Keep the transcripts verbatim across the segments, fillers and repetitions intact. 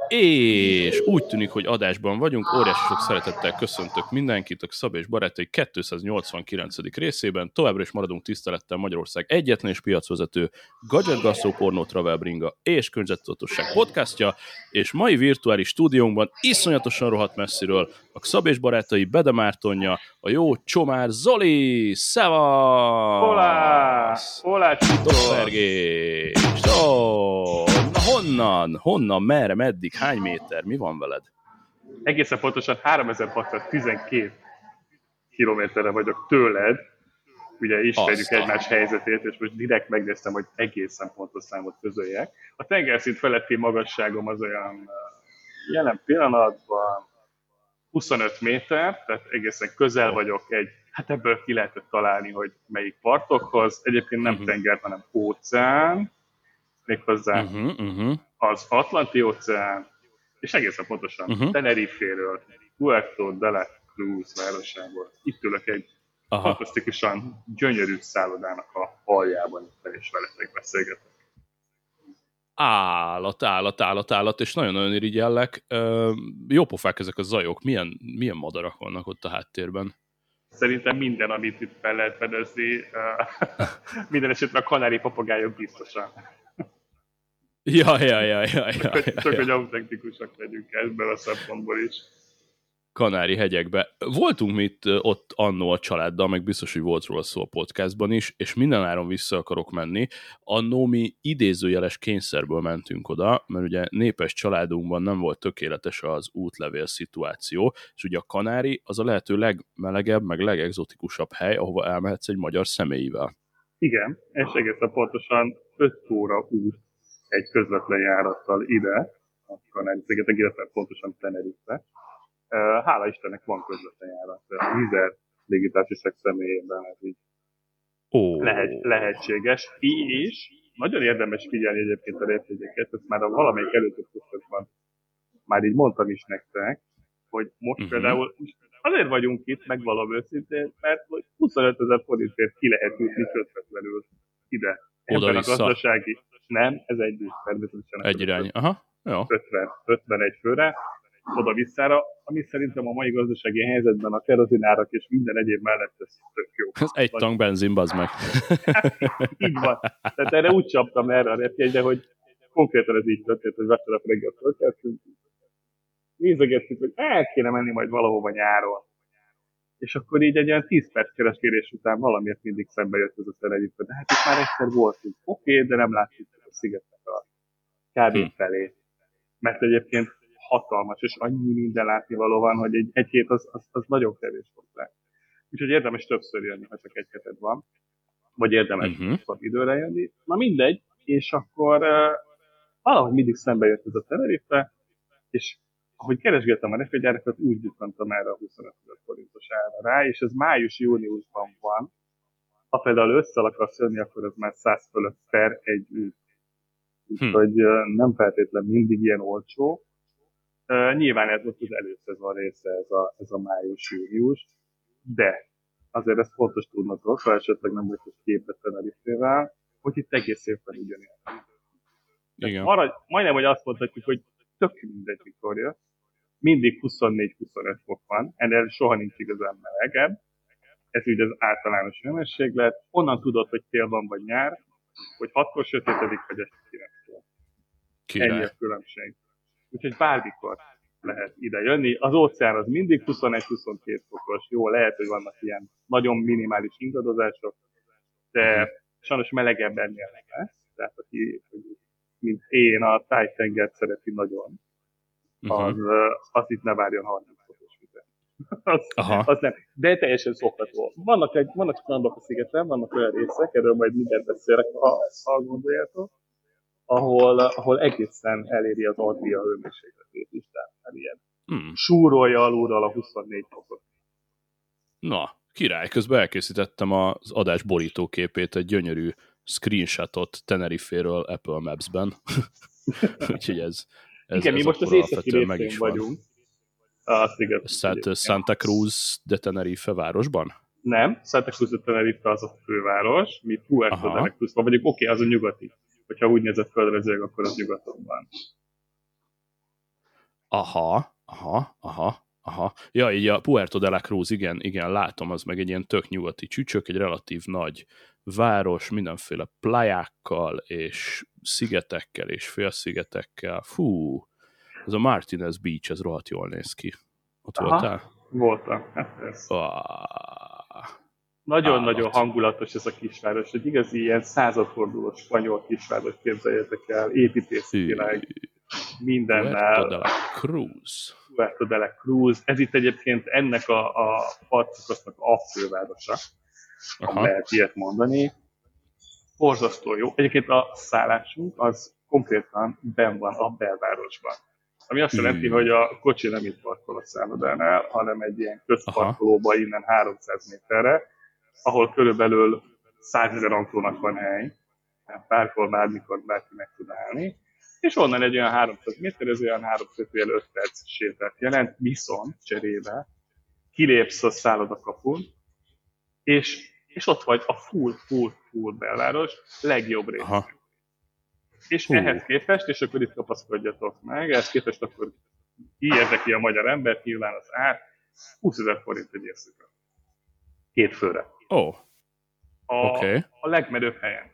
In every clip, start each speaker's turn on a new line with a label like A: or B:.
A: És úgy tűnik, hogy adásban vagyunk, óriási sok szeretettel köszöntök mindenkit a Szabé és Barátai kétszáznyolcvankilencedik részében. Továbbra is maradunk tisztelettel Magyarország egyetlen és piacvezető gadgetgasszó, pornó, travel bringa és környezettudatosság podcastja, és mai virtuális stúdiónkban iszonyatosan rohadt messziről a Szabé és Barátai Bede Mártonja, a jó csomár Zoli! Szevasz!
B: Olá! Olá,
A: Fergés! Oh, na honnan? Honnan? Merre? Meddig? Hány méter? Mi van veled?
B: Egészen pontosan háromezer-hatszáztizenkét kilométerre vagyok tőled. Ugye ismerjük
A: Aztán.
B: egymás helyzetét, és most direkt megnéztem, hogy egészen pontos számot közöljek. A tengerszint feletti magasságom az olyan jelen pillanatban huszonöt méter, tehát egészen közel vagyok egy, hát ebből ki lehetett találni, hogy melyik partokhoz. Egyébként nem uh-huh. tenger, hanem óceán, méghozzá uh-huh, uh-huh. az Atlanti-óceán, és egészen pontosan uh-huh. Tenerife-ről, Puerto de la Cruz városából. Itt ülök egy Aha. fantasztikusan gyönyörű szállodának a aljában, és veletek beszélgetek.
A: Állat, állat, állat, állat, és nagyon-nagyon irigyellek. Jó pofák ezek a zajok. Milyen, milyen madarak vannak ott a háttérben?
B: Szerintem minden, amit itt fel lehet fedezni, minden esetben a kanári papagájok biztosan.
A: Ja, ja, ja, ja, ja,
B: Csak,
A: ja,
B: csak
A: ja.
B: hogy autentikusak legyünk ebből a szempontból is.
A: Kanári-hegyekbe. Voltunk mi itt ott annó a családdal, meg biztos, hogy volt róla szó a podcastban is, és mindenáron vissza akarok menni. Annó mi idézőjeles kényszerből mentünk oda, mert ugye népes családunkban nem volt tökéletes az útlevél szituáció, és ugye a Kanári az a lehető legmelegebb, meg legexotikusabb hely, ahova elmehetsz egy magyar személyivel.
B: Igen, és egészen pontosan öt óra út egy közvetlen járattal ide, a Kanári-szigetek, illetve pontosan Tenerife. Hála Istennek van közvetlen járat. A Vizer légitársaság személyében ez így
A: oh.
B: lehet, lehetséges. És nagyon érdemes figyelni egyébként a repjegyeket, ezt már a valamelyik előző podcastban már így mondtam is nektek, hogy most uh-huh. például azért vagyunk itt, megvalom őszintén, mert huszonötezer forintért ki lehet jutni közvetlenül ide. Ebben a gazdasági. Nem, ez egy természetesen.
A: Egy irány, aha. Jó.
B: ötven, ötvenegy főre, oda-visszára, ami szerintem a mai gazdasági helyzetben a kerozinárak és minden egyéb mellett ez tök jó.
A: Ez egy tank benzin, bazd meg.
B: Így van. Tehát erre úgy csaptam erre a repjegyre, hogy konkrétan ez így történt, hogy vasárnap reggel fölkeltünk. Nézegettük, hogy el kéne menni majd valahova nyáron. És akkor így egy olyan tíz perc keresgélés után valamiért mindig szembe jött ez a Tenerife. De hát itt már egyszer voltunk. Oké, okay, de nem látjuk a szigetnek a kávé hmm. felé. Mert egyébként hatalmas, és annyi minden látnivaló van, hogy egy, egy hét az, az, az nagyon kevés hozzá. Úgyhogy érdemes többször jönni, ha csak egy heted van. Vagy érdemes uh-huh. van időre jönni. Na mindegy, és akkor uh, valahogy mindig szembe jött ez a Tenerife, és ahogy keresgéltem a repjegyárakat, úgy bukkantam erre a huszonötezer forintos ára rá, és ez május-júniusban van. Ha például össze akarsz jönni, akkor ez már száz fölött per egy út. Úgyhogy hm. uh, nem feltétlenül mindig ilyen olcsó. Uh, nyilván ez most az előszezon része, ez a, ez a május-június, de azért ezt fontos tudnotok, ha esetleg nem vagytok képbe Tenerife-vel, hogy itt egész évben ugyanilyen.
A: Igen.
B: Arra, majdnem, hogy azt mondhatjuk, hogy tök mindegy, mikor jössz. Mindig huszonnégy-huszonöt fok van, ennél soha nincs igazán melegebb. Ez úgy az általános hőmérséklet. Onnan tudod, hogy tél van vagy nyár, hogy hatkor sötétedik, vagy este kilenckor. Ennyi a különbség. Úgyhogy bármikor lehet ide jönni. Az óceán az mindig huszonegy-huszonkettő fokos. Jó, lehet, hogy vannak ilyen nagyon minimális ingadozások, de uh-huh. sajnos melegebb ennél nem lesz. Tehát aki, mint én, a Tájtengert szereti nagyon, az, uh-huh. az itt ne várjon harminc fokos vizet. az, az nem. De teljesen szokható. Vannak, egy, vannak standok a szigeten, vannak olyan részek, erről majd mindent beszélek, ha, ha gondoljátok, ahol, ahol egészen eléri az Adria hőmérsékletét is, tehát ilyen hmm. súrolja alulról a huszonnégy fokot.
A: Na, király, közben elkészítettem az adás borítóképét, egy gyönyörű screenshotot Tenerife-ről Apple Maps-ben. Úgyhogy ez, ez
B: igen,
A: ez
B: mi most az északi részén vagyunk. A sziget.
A: Santa Cruz de Tenerife városban?
B: Nem, Santa Cruz de Tenerife az a főváros, mi Puerto de la Cruzban vagyunk, oké, okay, az a nyugati. Hogyha úgy nézett földrajzilag, akkor az nyugaton van.
A: Aha, aha, aha, aha. Ja, így a Puerto de la Cruz, igen, igen, látom, az meg egy ilyen tök nyugati csücsök, egy relatív nagy város, mindenféle playákkal, és szigetekkel, és félszigetekkel. Fú, ez a Martinez Beach, ez rohadt jól néz ki. Ott
B: Aha,
A: voltál?
B: voltam. Hát ez.
A: Ah,
B: Nagyon-nagyon
A: állat.
B: hangulatos ez a kisváros. Egy igazi ilyen századforduló spanyol kisváros, képzeljétek el, építészetileg, mindennel.
A: Puerto de la Cruz.
B: Puerto de la Cruz. Ez itt egyébként ennek a, a partszakasznak a fővárosa, ha lehet ilyet mondani. Borzasztó jó. Egyébként a szállásunk az konkrétan benn van a belvárosban. Ami azt jelenti, hogy a kocsi nem itt parkol a szállodánál, hanem egy ilyen közparkolóba innen háromszáz méterre, ahol körülbelül százezer autónak van hely, bárhol, bármikor bárki meg tud állni, és onnan egy olyan háromszáz méter, ez olyan három-öt perc sétát jelent, viszont cserébe kilépsz a szállodakapun, és, és ott vagy a full, full, full belváros legjobb rész. És Hú. ehhez képest, és akkor itt kapaszkodjatok meg, ehhez képest akkor így érdekli a magyar embert, nyilván az ár, húszezer forint egy éjszaka. Két főre.
A: Ó. Oh. Oké. Okay.
B: A legmerőbb helyen.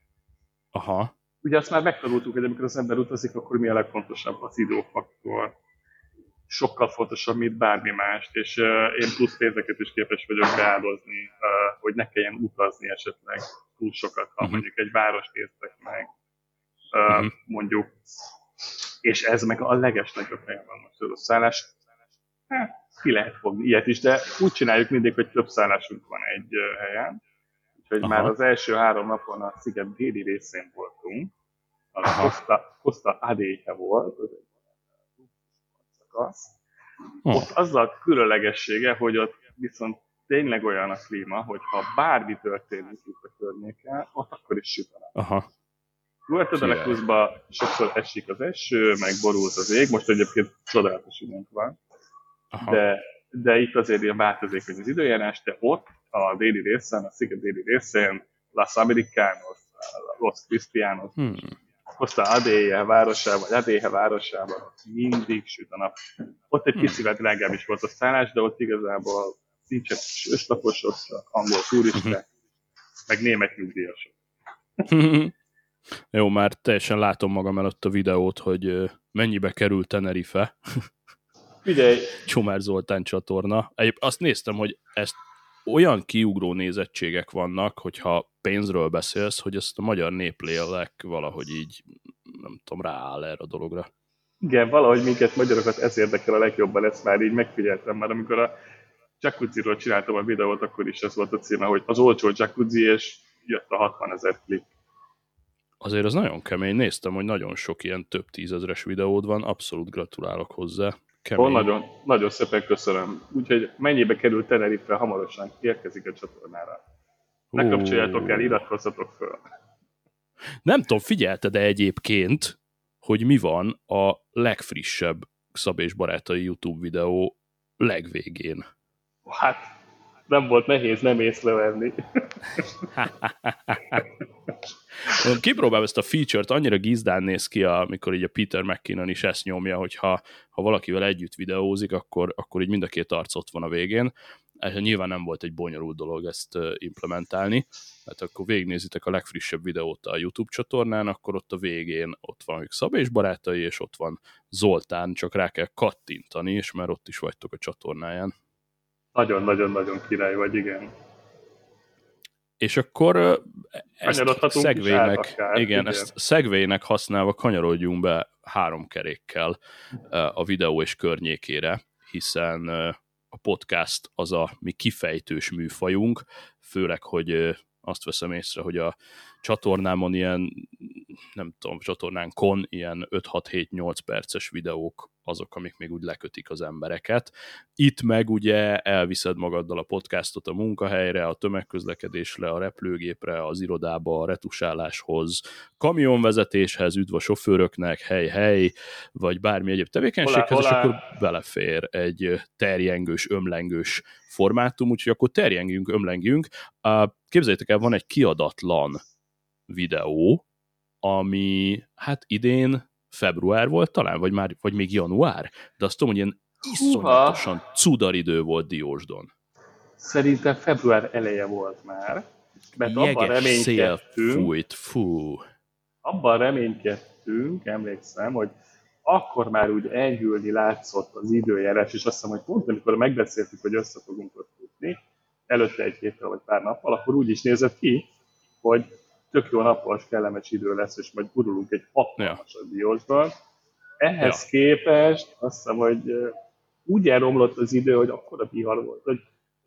A: Aha.
B: Ugye azt már megtanultuk, hogy amikor az ember utazik, akkor mi a legfontosabb? Az időfaktor. Sokkal fontosabb, mint bármi mást, és uh, én plusz pénzeket is képes vagyok beáldozni, uh, hogy ne kelljen utazni esetleg túl sokat, ha uh-huh. mondjuk egy várost néztek meg. Uh, uh-huh. mondjuk, és ez meg a legeslegjobb helyen van most a szállás. Hát, ki lehet fogni ilyet is, de úgy csináljuk mindig, hogy több szállásunk van egy uh, helyen. Úgyhogy Aha. már az első három napon a sziget déli részén voltunk. A Costa, Costa Adeje volt, az egy szakasz. Oh. Ott azzal a különlegessége, hogy ott viszont tényleg olyan a klíma, hogy ha bármi történik itt a környéken, ott akkor is süt a nap.
A: Aha.
B: Puerto de la Cruzban sokszor esik az eső, meg borult az ég, most egyébként csodálatos időnk van, de, de itt azért ilyen változékony az időjárás, de ott a déli részen, a sziget déli részén, Las Americanos, Los Cristianos, hmm. Costa Adeje városában, vagy Adeje városában mindig süt a nap. Ott egy kicsivel hmm. drágább is volt a szállás, de ott igazából nincsen őslakosok, csak angol turisták, hmm. meg német nyugdíjasok.
A: Jó, már teljesen látom magam előtt a videót, hogy mennyibe kerül Tenerife.
B: Figyelj!
A: Csomár Zoltán csatorna. Egyébként azt néztem, hogy ezt olyan kiugró nézettségek vannak, hogyha pénzről beszélsz, hogy ezt a magyar néplélek valahogy így, nem tudom, rááll erre a dologra.
B: Igen, valahogy minket magyarokat ez érdekel a legjobban, ezt már így megfigyeltem már, amikor a jacuzziról csináltam a videót, akkor is ez volt a címe, hogy az olcsó jacuzzi, és jött a hatvanezer klik.
A: Azért az nagyon kemény, néztem, hogy nagyon sok ilyen több tízezres videód van, abszolút gratulálok hozzá.
B: Kemény. Oh, nagyon, nagyon szépen köszönöm. Úgyhogy mennyibe kerül Tenerife, hamarosan érkezik a csatornára. Ne kapcsoljátok el, iratkozzatok föl.
A: Nem tudom, figyelted-e egyébként, hogy mi van a legfrissebb Szab és Barátai YouTube videó legvégén?
B: Hát, nem volt nehéz nem észrevenni.
A: Kipróbálom ezt a feature-t, annyira gizdán néz ki, amikor így a Peter McKinnon is ezt nyomja, hogy ha, ha valakivel együtt videózik, akkor, akkor így mind a két arc ott van a végén. És nyilván nem volt egy bonyolult dolog ezt implementálni, hát akkor végignézitek a legfrissebb videót a YouTube csatornán, akkor ott a végén ott van Szab és Barátai, és ott van Zoltán, csak rá kell kattintani, és már ott is vagytok a csatornáján.
B: Nagyon-nagyon-nagyon király vagy, igen.
A: És akkor ezt szegvének, igen, igen. ezt szegvének használva kanyarodjunk be három kerékkel a videó és környékére, hiszen a podcast az a mi kifejtős műfajunk, főleg, hogy azt veszem észre, hogy a csatornámon ilyen, nem tudom, csatornánkon ilyen öt hat hét nyolc perces videók azok, amik még úgy lekötik az embereket. Itt meg ugye elviszed magaddal a podcastot a munkahelyre, a tömegközlekedésre, a repülőgépre, az irodába, a retusáláshoz, kamionvezetéshez, üdv a sofőröknek, hely, hely, vagy bármi egyéb tevékenységhez, olá, olá. És akkor belefér egy terjengős, ömlengős formátum, úgyhogy akkor terjengjünk, ömlengjünk. Képzeljétek el, van egy kiadatlan videó, ami hát idén február volt talán, vagy, már, vagy még január, de azt tudom, hogy ilyen iszonyatosan cudaridő volt Diósdon.
B: Szerintem február eleje volt már, mert abban
A: Jeges szél
B: reménykedtünk,
A: fújt, fú.
B: abban reménykedtünk, emlékszem, hogy akkor már úgy enyhülni látszott az időjárás, és azt hiszem, hogy pont amikor megbeszéltük, hogy össze fogunk ott futni, előtte egy héttel vagy pár nappal, akkor úgy is nézett ki, hogy tök jó napos, kellemes idő lesz, és majd gurulunk egy hatalmasat Diósban. Ehhez ja. képest azt hiszem, hogy úgy elromlott az idő, hogy akkor a vihar volt, hogy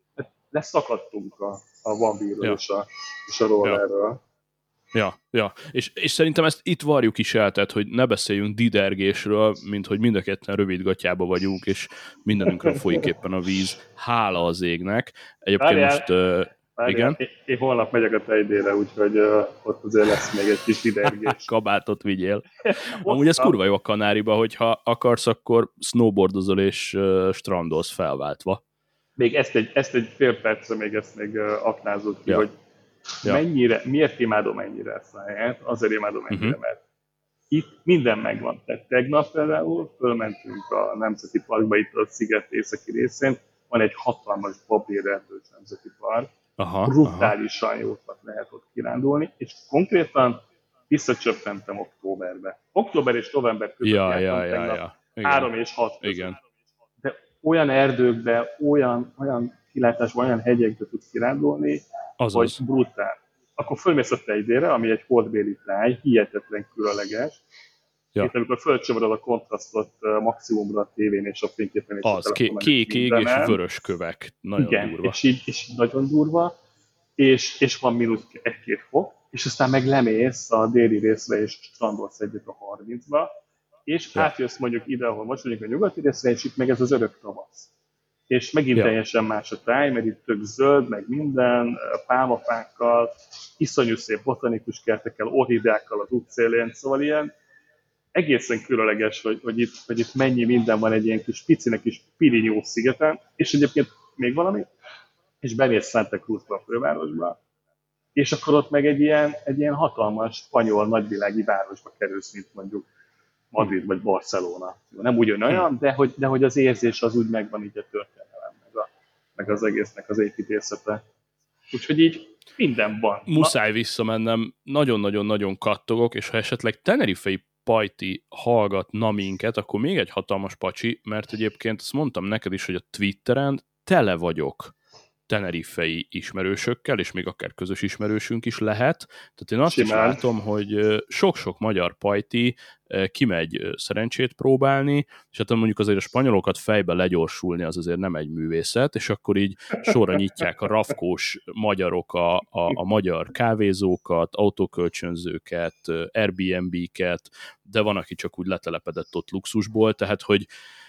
B: leszakadtunk a, a Vanbíról ja. és a, és a rollerről.
A: Ja. Ja, ja. És, és szerintem ezt itt varjuk is el, tehát, hogy ne beszéljünk didergésről, mint hogy mind a ketten rövid gatyába vagyunk, és mindenünkről folyik éppen a víz. Hála az égnek. Egyébként Várjál. most... Uh, igen?
B: Én, én holnap megyek a Tejdére, úgyhogy uh, ott azért lesz még egy kis didergés.
A: Kabátot vigyél. Amúgy ez kurva jó a Kanáriba, hogyha akarsz, akkor snowboardozol és uh, strandolsz felváltva.
B: Még ezt egy, ezt egy fél percre még ezt még uh, aknázod ki, ja. hogy Ja. mennyire, miért imádom ennyire ezt a helyet? Azért imádom ennyire, uh-huh. mert itt minden megvan. Tehát tegnap például fölmentünk a Nemzeti Parkba, itt a sziget északi részén, van egy hatalmas babérerdős Nemzeti Park, aha, brutálisan aha. jót lehet ott kirándulni, és konkrétan visszacsöppentem októberbe. Október és november között
A: ja, ja, ja, ja.
B: három és hat között.
A: Igen.
B: De olyan erdőkbe, olyan, olyan kilátásban, olyan hegyekbe tudsz kirándulni,
A: azaz.
B: Hogy brutál. Akkor fölmész a Tejdére, ami egy holdbéli táj, hihetetlen különleges. Ja. Itt amikor fölcsomorod a kontrasztot maximumra a tévén és a fényképen. És
A: az,
B: a
A: kék, kék ég és vörös kövek. Nagyon
B: igen,
A: durva.
B: És így, és így nagyon durva, és, és van mínusz egy-két fok, és aztán meg lemész a déli részre, és strandolsz egyet a harmincba, és ja. átjössz mondjuk ide, ahol most mondjuk a nyugati részre, és itt meg ez az örök tavasz. És megint ja. teljesen más a táj, mert itt tök zöld, meg minden, pálmafákkal, iszonyú szép botanikus kertekkel, orhideákkal az útszélén, szóval ilyen egészen különleges, hogy, hogy, itt, hogy itt mennyi minden van egy ilyen kis picinek kis Pirinyó szigeten, és egyébként még valami, és bemész Santa Cruzba a fővárosba, és akkor ott meg egy ilyen, egy ilyen hatalmas spanyol nagyvilági városba kerülsz, mint mondjuk Madrid vagy Barcelona. Nem ugyanolyan, de hogy, de hogy az érzés az úgy megvan így a történelem, meg, a, meg az egésznek az építészete. Úgyhogy így minden van.
A: Muszáj visszamennem, nagyon-nagyon-nagyon kattogok, és ha esetleg tenerifei Pajti hallgatna minket, akkor még egy hatalmas pacsi, mert egyébként azt mondtam neked is, hogy a Twitteren tele vagyok tenerifei ismerősökkel, és még akár közös ismerősünk is lehet. Tehát én azt Simán. is látom, hogy sok-sok magyar pajti kimegy szerencsét próbálni, és hát mondjuk azért a spanyolokat fejbe legyorsulni az azért nem egy művészet, és akkor így sorra nyitják a rafkós magyarok a, a, a magyar kávézókat, autókölcsönzőket, Airbnb-ket, de van, aki csak úgy letelepedett ott luxusból, tehát hogy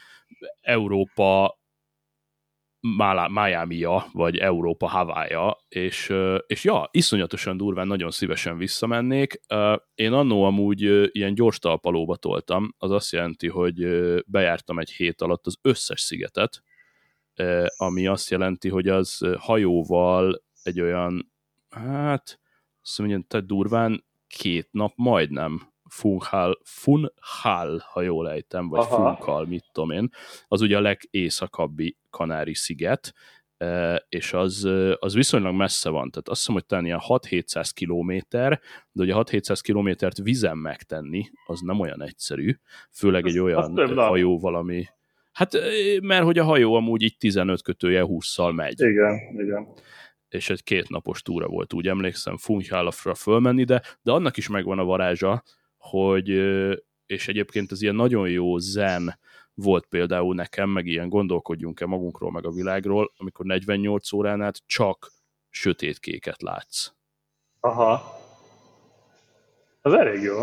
A: Európa Miami-ja, vagy Európa Hawaii-ja, és, és ja, iszonyatosan durván, nagyon szívesen visszamennék. Én annó amúgy ilyen gyors talpalóba toltam, az azt jelenti, hogy bejártam egy hét alatt az összes szigetet, ami azt jelenti, hogy az hajóval egy olyan, hát, azt mondjam, tehát durván két nap majdnem Funchal, Funchal, ha jól ejtem, vagy Aha. Funchal, mit tudom én, az ugye a legészakabbi Kanári-sziget, és az, az viszonylag messze van, tehát azt hiszem, hogy talán ilyen hat-hétszáz kilométer, de ugye hat-hétszáz kilométert vizen megtenni, az nem olyan egyszerű, főleg egy olyan hajó valami, hát mert hogy a hajó amúgy így tizenöt kötője hússzal megy.
B: Igen, igen.
A: És egy kétnapos túra volt, úgy emlékszem, Funchal-ra fölmenni, de, de annak is megvan a varázsa, hogy, és egyébként ez ilyen nagyon jó zen volt például nekem, meg ilyen gondolkodjunk-e magunkról, meg a világról, amikor negyvennyolc órán át csak sötétkéket látsz.
B: Aha. Az elég jó.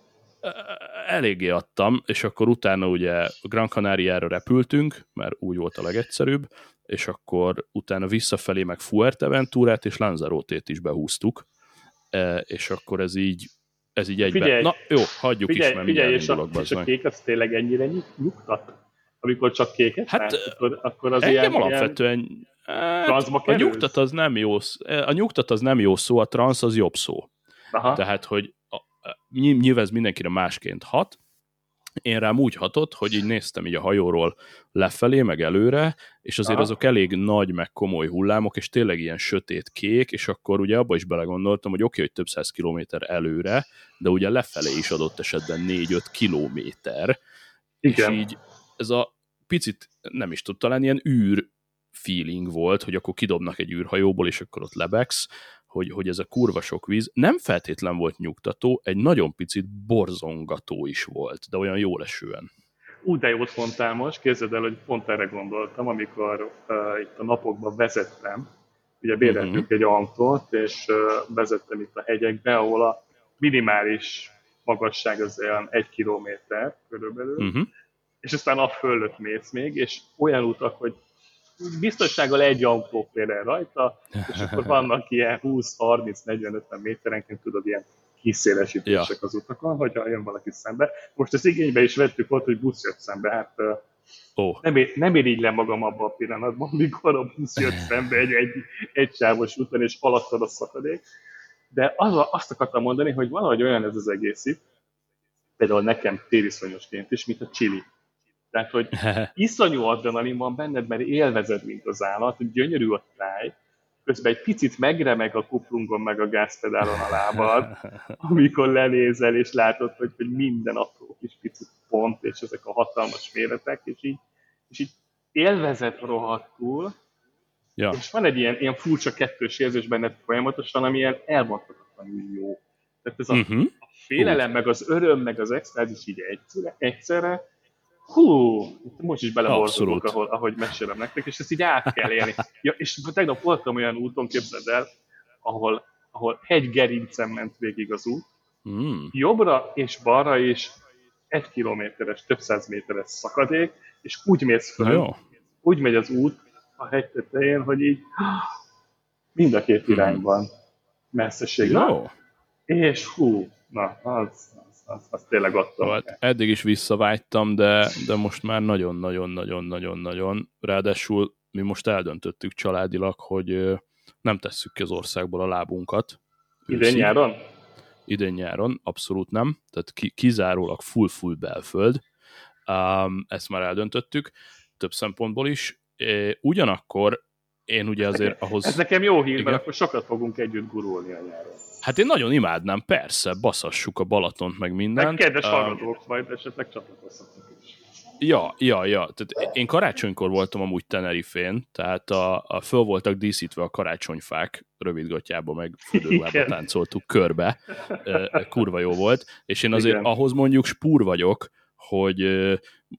A: Eléggé adtam, és akkor utána ugye Gran Canaria-ra repültünk, mert úgy volt a legegyszerűbb, és akkor utána visszafelé meg Fuerteventúrát és Lanzarotét is behúztuk, és akkor ez így ez így egyben.
B: Figyelj,
A: Na jó, hagyjuk
B: figyelj,
A: is, mert
B: figyelj,
A: mindjárt indulok,
B: és a kék az tényleg ennyire nyugtat? Amikor csak kéket
A: hát,
B: látsz, akkor, akkor az
A: engem
B: ilyen,
A: alapvetően
B: ilyen
A: a nyugtat az nem jó a nyugtat az nem jó szó, a transz az jobb szó.
B: Aha.
A: Tehát, hogy a, a, nyilván ez mindenkire másként hat, én rám úgy hatott, hogy így néztem így a hajóról lefelé, meg előre, és azért
B: Aha.
A: azok elég nagy, meg komoly hullámok, és tényleg ilyen sötét-kék, és akkor ugye abba is belegondoltam, hogy oké, okay, hogy több száz kilométer előre, de ugye lefelé is adott esetben négy-öt kilométer,
B: Igen.
A: és így ez a picit, nem is tud, talán ilyen űr feeling volt, hogy akkor kidobnak egy űrhajóból, és akkor ott lebegsz, hogy, hogy ez a kurva sok víz nem feltétlen volt nyugtató, egy nagyon picit borzongató is volt, de olyan jól esően.
B: Ú, de jót mondtál most, képzeld el, hogy pont erre gondoltam, amikor uh, itt a napokban vezettem, ugye béreltünk uh-huh. egy autót, és uh, vezettem itt a hegyekbe, ahol a minimális magasság az olyan egy kilométer körülbelül, uh-huh. és aztán a fölött mész még, és olyan utak, hogy biztonsággal egy autó fér el rajta, és akkor vannak ilyen húsz, harminc, negyven, ötven méterenként, tudod, ilyen kiszélesítések ja. az utakon, hogyha jön valaki szembe. Most ezt igénybe is vettük ott, hogy busz jött szembe, hát oh. nem, ér, nem irigylem magam abban a pillanatban, amikor a busz jött szembe egy, egy, egy sávos úton, és alattad a szakadék. De az, azt akartam mondani, hogy valahogy olyan ez az egész itt, például nekem tériszonyosként is, mint a chili. Tehát, hogy iszonyú adrenalin van benned, mert élvezed, mint az állat, hogy gyönyörű a táj, közben egy picit megremeg a kuplungon, meg a gázpedálon a lábad, amikor lenézel, és látod, hogy, hogy minden apró kis picit pont, és ezek a hatalmas méretek, és így, és így élvezed rohadtul, ja. és van egy ilyen, ilyen furcsa kettős érzés benned folyamatosan, ami ilyen elmondhatatlanul jó. Tehát ez a, uh-huh. a félelem, meg az öröm, meg az extázis így egyszerre, egyszerre hú, most is beleborzolok, ahol, ahogy mesélem nektek, és ezt így át kell élni. Ja, és tegnap voltam olyan úton, képzeld el, ahol, ahol hegygerincen ment végig az út, mm. jobbra és balra is egy kilométeres, több száz méteres szakadék, és úgy mész föl, úgy megy az út a hegy tetején, hogy így mind a két irányban messzesség van. És hú, na, az... Az, az tényleg adtam.
A: Hát, eddig is visszavágytam, de, de most már nagyon-nagyon-nagyon-nagyon-nagyon. Ráadásul mi most eldöntöttük családilag, hogy nem tesszük ki az országból a lábunkat.
B: Idén nyáron?
A: Idén nyáron, abszolút nem. Tehát ki, kizárólag full-full belföld. Um, ezt már eldöntöttük, több szempontból is. É, ugyanakkor én ugye
B: ez
A: azért
B: nekem,
A: ahhoz...
B: Ez nekem jó hír, mert akkor sokat fogunk együtt gurulni a nyáron.
A: Hát én nagyon imádnám, persze, baszassuk a Balatont, meg mindent.
B: Meg kedves hallgatók, majd esetleg csatlakozhatunk is.
A: Ja, ja, ja. Tehát én karácsonykor voltam amúgy Tenerifén, tehát a, a föl voltak díszítve a karácsonyfák, rövidgatjába meg fürdőruhába táncoltuk körbe. Kurva jó volt. És én azért Igen. ahhoz mondjuk spúr vagyok, hogy uh,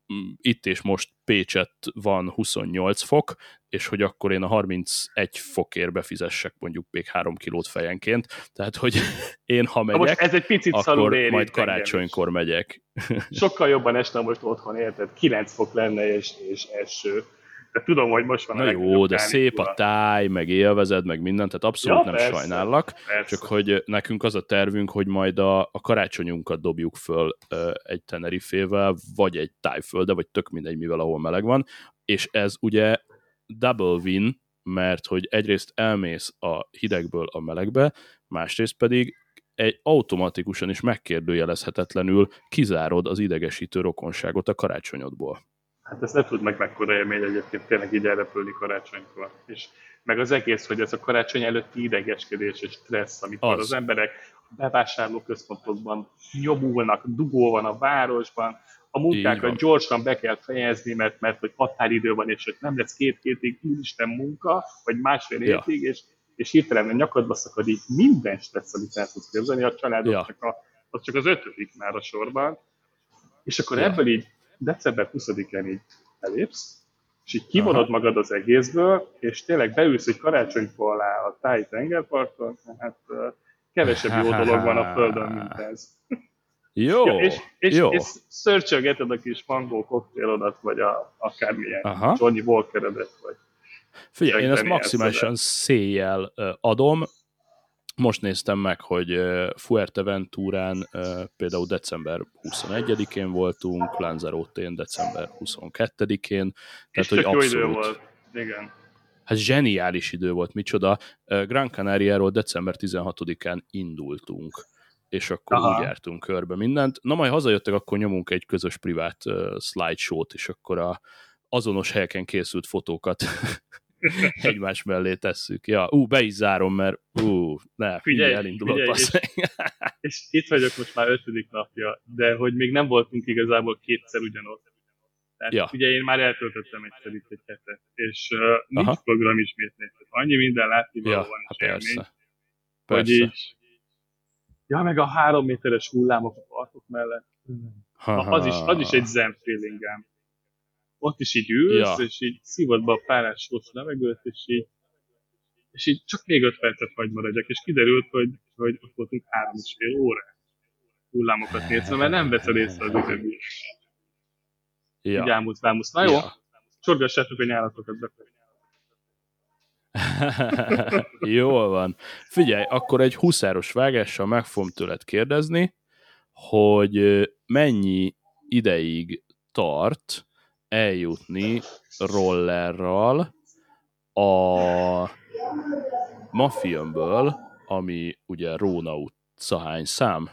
A: itt és most Pécsett van huszonnyolc fok, és hogy akkor én a harmincegy fokért befizessek mondjuk még három kilót fejenként. Tehát, hogy én ha megyek,
B: ez egy picit
A: akkor majd karácsonykor megyek.
B: Sokkal jobban esne most otthon, érted? kilenc fok lenne és, és eső. De tudom, hogy most van
A: Na a jó, de szép a táj, meg élvezed, meg mindent, tehát abszolút ja, nem persze, sajnállak. Persze. Csak hogy nekünk az a tervünk, hogy majd a, a karácsonyunkat dobjuk föl uh, egy Tenerifével, vagy egy tájfölde, vagy tök mindegy, mivel ahol meleg van. És ez ugye double win, mert hogy egyrészt elmész a hidegből a melegbe, másrészt pedig egy automatikusan és megkérdőjelezhetetlenül kizárod az idegesítő rokonságot a karácsonyodból.
B: Hát ezt ne tud meg mekkora élmény egyébként tényleg így elrepülni karácsonykor. És meg az egész, hogy ez a karácsony előtti idegeskedés és stressz, amikor az, az emberek bevásárlóközpontokban nyomulnak, dugó van a városban, a munkákat gyorsan be kell fejezni, mert, mert hogy határidő van, és hogy nem lesz két hétig úristen munka, vagy másfél hétig, ja. és, és hirtelen a nyakadba szakad így minden stressz, amit el tudsz képzelni, a családok ja. csak, a, az csak az ötödik már a sorban. És akkor ja. ebből így december huszadikán így elépsz, és így kivonod Aha. magad az egészből, és tényleg beülsz egy karácsonyfa alá a táji tengerparton, hát uh, kevesebb jó dolog van a földön, mint ez.
A: Jó,
B: ja, és, és,
A: jó.
B: És szörcsölgeted a kis mangó koktélodat, vagy a, akármilyen Aha. Johnny Walkeredet, vagy...
A: Figyelj, én ezt maximálisan széjjel uh, adom. Most néztem meg, hogy uh, Fuerteventurán uh, például december huszonegyedikén voltunk, Lanzarotén december huszonkettedikén.
B: És
A: tehát, hogy abszolút...
B: jó idő volt, igen.
A: Hát zseniális idő volt, micsoda. Uh, Gran Canariáról december tizenhatodikán indultunk. és akkor Aha. úgy jártunk körbe mindent. Na majd hazajöttek, akkor nyomunk egy közös privát uh, slideshow-t, és akkor a azonos helyeken készült fotókat egymás mellé tesszük. Ja, ú, be is zárom, mert ú, ne, figyelj, elindulok. És,
B: és itt vagyok most már ötödik napja, de hogy még nem voltunk igazából kétszer ugyanott. Tehát ja. ugye én már eltöltöttem egyszer itt egy hetet, és uh, nincs Aha. program ismétlés. Annyi minden látnivaló ja, van, és hát élmény, persze. hogy persze. így ja, meg a három méteres hullámok a parkok mellett. Ha, az, is, az is egy zen feelingem. Ott is így ülsz, ja. és így szívod be a párás rossz levegőt, és így, és így csak még öt percet hagy maradjak, és kiderült, hogy, hogy ott voltunk három és fél órát hullámokat nézve, mert nem veszed észre az időből. Ja. Így ámulsz, ámulsz. Na jó, ja. csorgassátok a nyálatokat befelé.
A: Jól van. Figyelj, akkor egy huszáros vágással meg fogom tőled kérdezni, hogy mennyi ideig tart eljutni rollerral a Mafilmből, ami ugye Róna utca hány szám?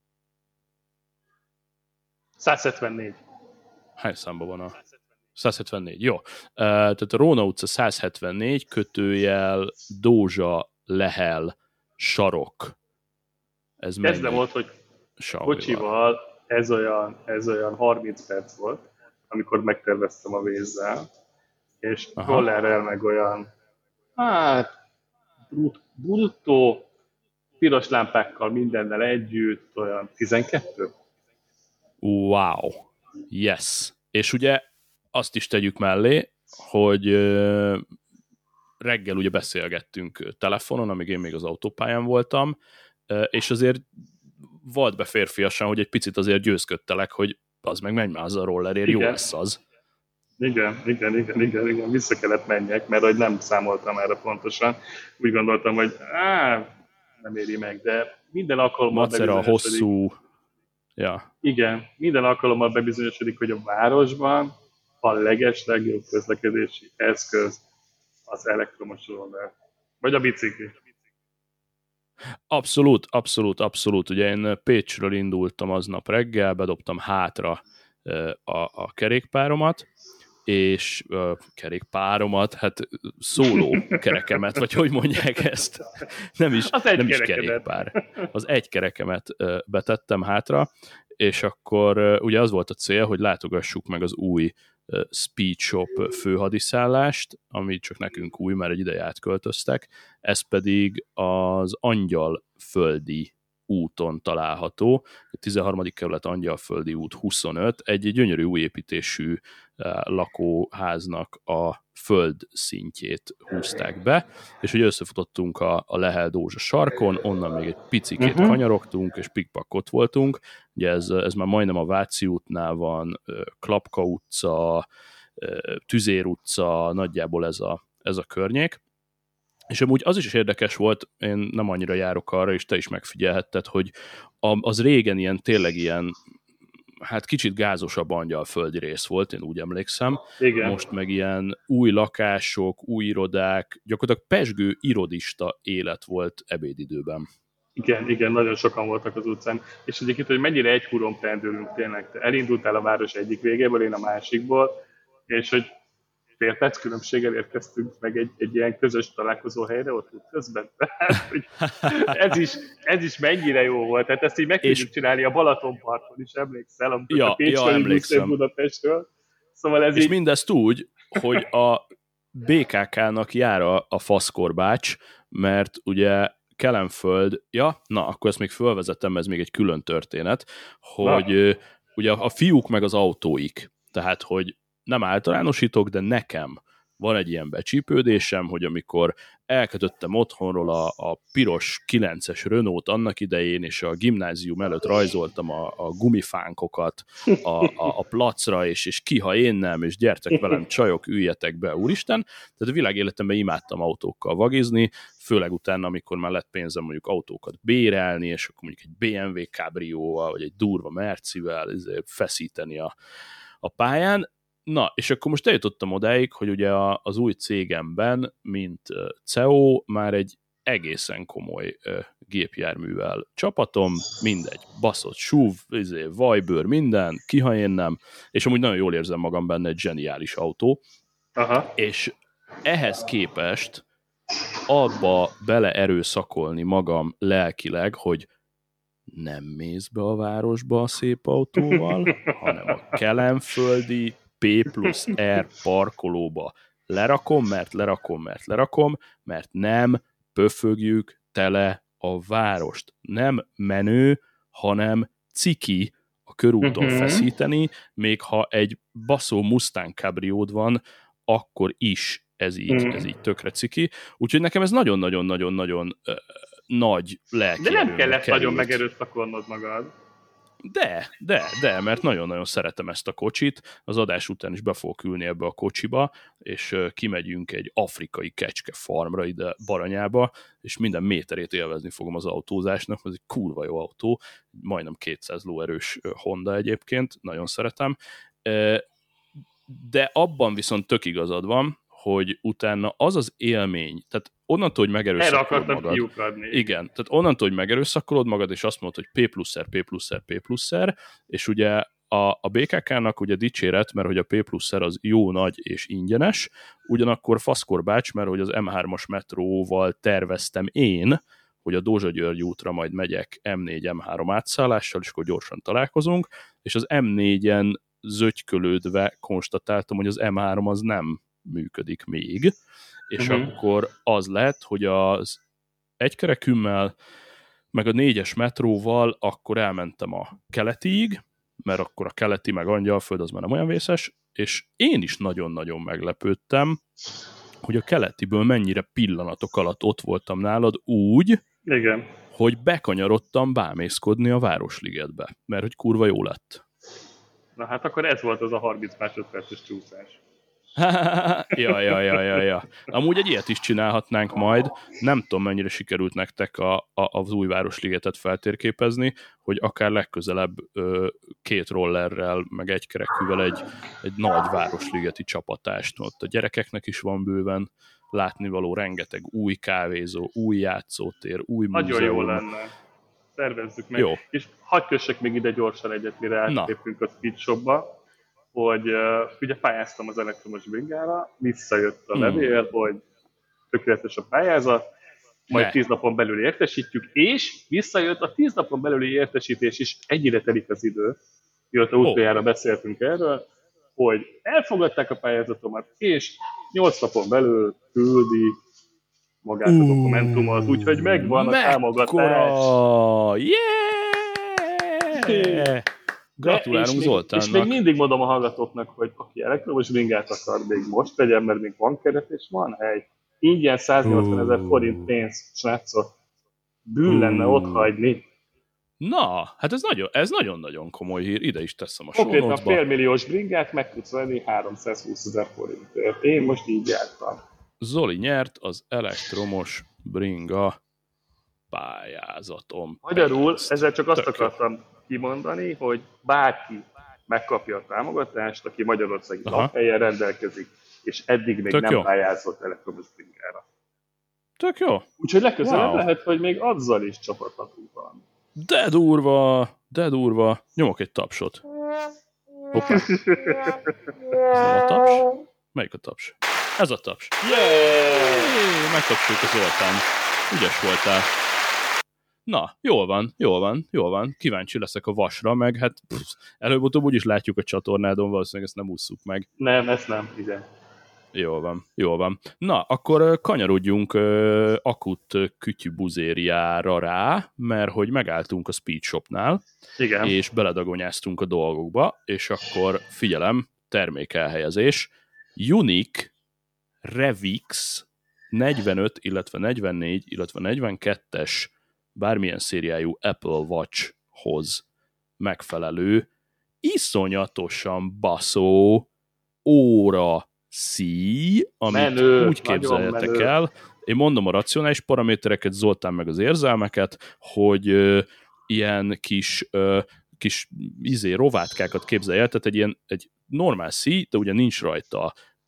B: száz hetvennégy.
A: Hány számban van a... száz hetvennégy, jó. Uh, tehát a Róna utca száz hetvennégy, kötőjel, Dózsa, Lehel, sarok. Ez
B: Kezdem volt, hogy Salmival. Kocsival ez olyan, ez olyan harminc perc volt, amikor megterveztem a vézzel, és Aha. rollerrel meg olyan, hát, bruttó, piros lámpákkal mindennel együtt, olyan tizenkettő.
A: Wow. Yes. És ugye azt is tegyük mellé, hogy ö, reggel ugye beszélgettünk telefonon, amíg én még az autópályán voltam, ö, és azért volt be férfiasan, hogy egy picit azért győzködtelek, hogy az meg menj már az a rollerért, jó lesz az.
B: Igen, igen, igen, igen, igen, vissza kellett menjek, mert hogy nem számoltam erre pontosan. Úgy gondoltam, hogy á, nem éri meg, de minden alkalommal
A: Macera hosszú. Ja.
B: Igen, minden alkalommal bebizonyosodik, hogy a városban a leges legjobb közlekedési eszköz az elektromos roller. Vagy a bicikli.
A: Abszolút, abszolút, abszolút. Ugye én Pécsről indultam aznap reggel, bedobtam hátra a, a kerékpáromat, és uh, kerékpáromat, hát szóló kerekemet, vagy hogy mondják ezt? Nem is, nem is kerékpár. Az egy kerekemet uh, betettem hátra, és akkor uh, ugye az volt a cél, hogy látogassuk meg az új uh, Speed Shop főhadiszállást, ami csak nekünk új, mert egy ideje átköltöztek, ez pedig az Angyalföldi úton található, a tizenharmadik kerület Angyalföldi út huszonöt, egy gyönyörű új építésű lakóháznak a földszintjét húzták be, és ugye összefutottunk a, a Lehel-Dózsa sarkon, onnan még egy picikét uh-huh. kanyarogtunk, és pikpakot voltunk, ugye ez, ez már majdnem a Váci útnál van, Klapka utca, Tüzér utca, nagyjából ez a, ez a környék. És amúgy az is érdekes volt, én nem annyira járok arra, és te is megfigyelhetted, hogy az régen ilyen, tényleg ilyen, hát kicsit gázosabb angyalföldi rész volt, én úgy emlékszem.
B: Igen.
A: Most meg ilyen új lakások, új irodák, gyakorlatilag pezsgő irodista élet volt ebédidőben.
B: Igen, igen, nagyon sokan voltak az utcán. És egyébként, hogy mennyire egy húron pendülünk tényleg. Te elindultál a város egyik végéből, én a másikból, és hogy fél perc különbséggel érkeztünk meg egy, egy ilyen közös találkozó helyre ott közben. ez, is, ez is mennyire jó volt. Tehát ezt így meg tudjuk és... csinálni a Balatonparton is, emlékszel? Amikor
A: ja,
B: a Pécsről
A: ja, emlékszem.
B: Budapestről. Szóval ez
A: és
B: így...
A: mindezt úgy, hogy a bé ká ká-nak jár a, a faszkorbács, mert ugye Kelenföld, ja, na, akkor ezt még fölvezettem, ez még egy külön történet, hogy na. Ugye a fiúk meg az autóik, tehát, hogy nem általánosítok, de nekem van egy ilyen becsípődésem, hogy amikor elkötöttem otthonról a, a piros kilences Renault annak idején, és a gimnázium előtt rajzoltam a, a gumifánkokat a, a, a placra, és, és ki, ha én nem, és gyertek velem, csajok, üljetek be, úristen. Tehát a világéletemben imádtam autókkal vagizni, főleg utána, amikor már lett pénzem mondjuk autókat bérelni, és akkor mondjuk egy bé em vé Cabrióval, vagy egy durva Mercivel feszíteni a, a pályán. Na, és akkor most eljutottam odáig, hogy ugye az új cégemben, mint cé e o, már egy egészen komoly gépjárművel csapatom, mindegy, baszott súv, izé, vajbőr, minden, ki ha én nem, és amúgy nagyon jól érzem magam benne, egy zseniális autó,
B: Aha.
A: és ehhez képest abba beleerőszakolni magam lelkileg, hogy nem mész be a városba a szép autóval, hanem a kelenföldi P plusz R parkolóba lerakom, mert lerakom, mert lerakom, mert nem pöfögjük tele a várost. Nem menő, hanem ciki a körúton
B: Uh-huh.
A: feszíteni, még ha egy baszó Mustang Cabriód van, akkor is ez így,
B: Uh-huh.
A: ez így tökre ciki. Úgyhogy nekem ez nagyon-nagyon-nagyon-nagyon uh, nagy lelki
B: De nem
A: erőmbe
B: kell ezt
A: került.
B: nagyon megerőszakolnod magad.
A: De, de, de, mert nagyon-nagyon szeretem ezt a kocsit, az adás után is be fogok ülni ebbe a kocsiba, és uh, kimegyünk egy afrikai kecske farmra ide Baranyába, és minden méterét élvezni fogom az autózásnak, ez egy kurva jó autó, majdnem kétszáz lóerős Honda egyébként, nagyon szeretem, uh, de abban viszont tök igazad van, hogy utána az az élmény, tehát onnantól, hogy megerőszakolod magad.
B: Kiukadni.
A: Igen, tehát onnantól, hogy megerőszakolod magad, és azt mondod, hogy P plusz R, P plusz R, P plusz R, és ugye a, a bé ká ká-nak ugye dicséret, mert hogy a P plusz R az jó, nagy és ingyenes, ugyanakkor faszkorbács, mert hogy az em hármas metróval terveztem én, hogy a Dózsa György útra majd megyek em négy em három átszállással, és akkor gyorsan találkozunk, és az em négyen zögykölődve konstatáltam, hogy az em három az nem működik még, és uh-huh. akkor az lett, hogy az egykerekűmmel, meg a négyes metróval akkor elmentem a keletiig, mert akkor a keleti meg Angyalföld az már nem olyan vészes, és én is nagyon-nagyon meglepődtem, hogy a keletiből mennyire pillanatok alatt ott voltam nálad úgy,
B: Igen.
A: hogy bekanyarodtam bámészkodni a Városligetbe, mert hogy kurva jó lett.
B: Na hát akkor ez volt az a harminc másodperces csúszás.
A: ja, ja, ja, ja, ja. Amúgy egy ilyet is csinálhatnánk majd. Nem tudom, mennyire sikerült nektek a, a, az új Városligetet feltérképezni, hogy akár legközelebb ö, két rollerrel, meg egy kerekűvel egy, egy nagy Városligeti csapatást. Ott a gyerekeknek is van bőven látnivaló, rengeteg új kávézó, új játszótér, új
B: Nagyon
A: múzeum.
B: jó lenne. Szervezzük meg.
A: Jó.
B: És hadd kössek még ide gyorsan egyet, mire átlépünk a Speed Shopba, hogy uh, ugye pályáztam az elektromos bringára, visszajött a levél, hmm. hogy tökéletes a pályázat, majd ne. tíz napon belül értesítjük, és visszajött a tíz napon belüli értesítés is, ennyire telik az idő, mióta utoljára oh. beszéltünk erről, hogy elfogadták a pályázatomat, és nyolc napon belül küldi magát a dokumentumot, úgyhogy megvan a támogatás.
A: Yeah! Gratulálunk Zoltánnak.
B: És még mindig mondom a hallgatóknak, hogy aki elektromos bringát akar, még most tegyen, mert még van keret és van hely. Ingyen száznyolcvanezer forint pénz, srácok. Bűn lenne ott hagyni.
A: Na, hát ez nagyon, ez nagyon-nagyon komoly hír. Ide is teszem a
B: Konkrétan
A: show-notesba.
B: félmilliós bringát meg tudsz venni háromszázhúszezer forintért. Én most így jártam.
A: Zoli nyert az elektromos bringa pályázatom.
B: Magyarul ezzel csak azt Tök akartam kimondani, hogy bárki megkapja a támogatást, aki Magyarországi lakhelyen rendelkezik, és eddig még Tök nem jó. pályázott elektromos bringára.
A: Tök jó.
B: Úgyhogy legközelebb wow. lehet, hogy még azzal is csapathatunk valami.
A: De durva, de durva. Nyomok egy tapsot. Hoppá. Ez nem a taps? Melyik a taps? Ez a taps.
B: Yeah!
A: Megtapsoljuk a Zoltán. Ügyes voltál. Na, jól van, jól van, jól van. Kíváncsi leszek a vasra, meg hát előbb-utóbb úgyis látjuk a csatornádon, valószínűleg ezt nem ússzuk meg.
B: Nem, ezt nem, igen.
A: Jól van, jól van. Na, akkor kanyarodjunk uh, akut kütyübuzériára rá, mert hogy megálltunk a Speed Shopnál,
B: igen.
A: és beledagonyáztunk a dolgokba, és akkor figyelem, termékelhelyezés. Unique Revix negyvenöt, illetve negyvennégy, illetve negyvenkettes bármilyen szériájú Apple Watch-hoz megfelelő, iszonyatosan baszó óra szíj, amit menő, úgy képzeljetek el. Én mondom a racionális paramétereket, Zoltán meg az érzelmeket, hogy ö, ilyen kis, ö, kis izé, rovátkákat képzelj el, tehát egy ilyen egy normál szíj, de ugye nincs rajta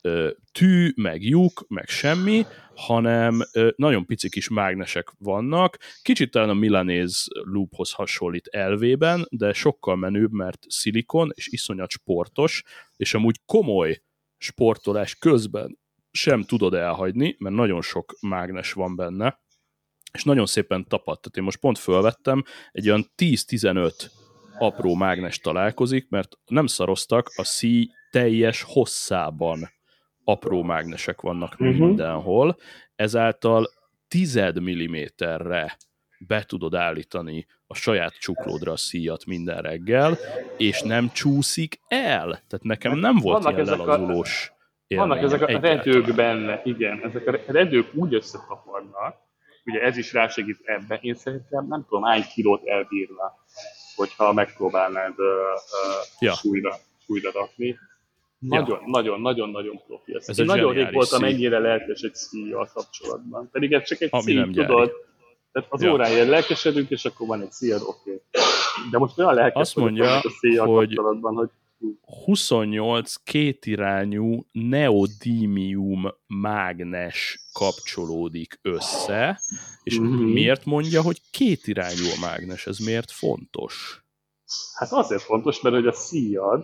A: tű, meg lyuk, meg semmi, hanem nagyon pici kis mágnesek vannak. Kicsit talán a Milanese loophoz hasonlít elvében, de sokkal menőbb, mert szilikon, és iszonyat sportos, és amúgy komoly sportolás közben sem tudod elhagyni, mert nagyon sok mágnes van benne, és nagyon szépen tapad. Tehát én most pont fölvettem, egy olyan tíz-tizenöt apró mágnes találkozik, mert nem szaroztak, a szíj teljes hosszában apró mágnesek vannak uh-huh. mindenhol, ezáltal tized milliméterre be tudod állítani a saját csuklódra a szíjat minden reggel, és nem csúszik el. Tehát nekem nem volt vannak ilyen lelazulós élmény.
B: Vannak ezek a redők benne, igen. Ezek a redők úgy összetapadnak, ugye ez is rásegít ebben. Én szerintem nem tudom, hány kilót elbírna, hogyha megpróbálnád uh, uh, ja. súlyra, súlyra rakni. Nagyon-nagyon-nagyon-nagyon ja. profi. Ez Én nagyon rég voltam ennyire lelkes egy szíjjal kapcsolatban. Pedig ez csak egy szíj, tudod. Tehát az ja. óráján lelkesedünk, és akkor van egy szíjad, oké. Okay. De most olyan lelkes vagyok a szíjjal kapcsolatban, hogy
A: huszonnyolc kétirányú neodímium mágnes kapcsolódik össze, és mm-hmm. miért mondja, hogy kétirányú a mágnes? Ez miért fontos?
B: Hát azért fontos, mert hogy a szíjad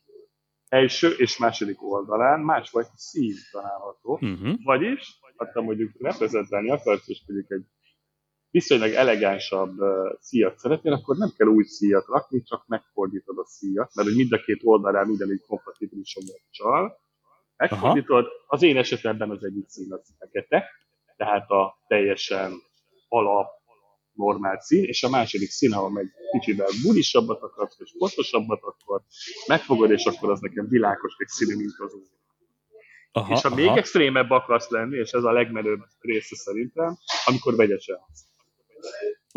B: első és második oldalán másfajta szíj található. Uh-huh. Vagyis, hát mondjuk reprezentálni akarsz, és mondjuk egy viszonylag elegánsabb uh, szíjat szeretnél, akkor nem kell új szíjat rakni, csak megfordítod a szíjat, mert hogy mind a két oldalán ugyanígy kompatibilis a mocsal. Megfordítod, aha. Az én esetemben az egyik szín az fekete, tehát a teljesen alap, normál szín, és a második szín, ha meg kicsivel bulisabbat akarsz, és pontosabbat, akkor megfogod, és akkor az nekem világos egy színű, mint az óra. Aha, és ha aha. még extrémebb akarsz lenni, és ez a legmenőbb része szerintem, amikor vegyesen használsz.
A: Ó,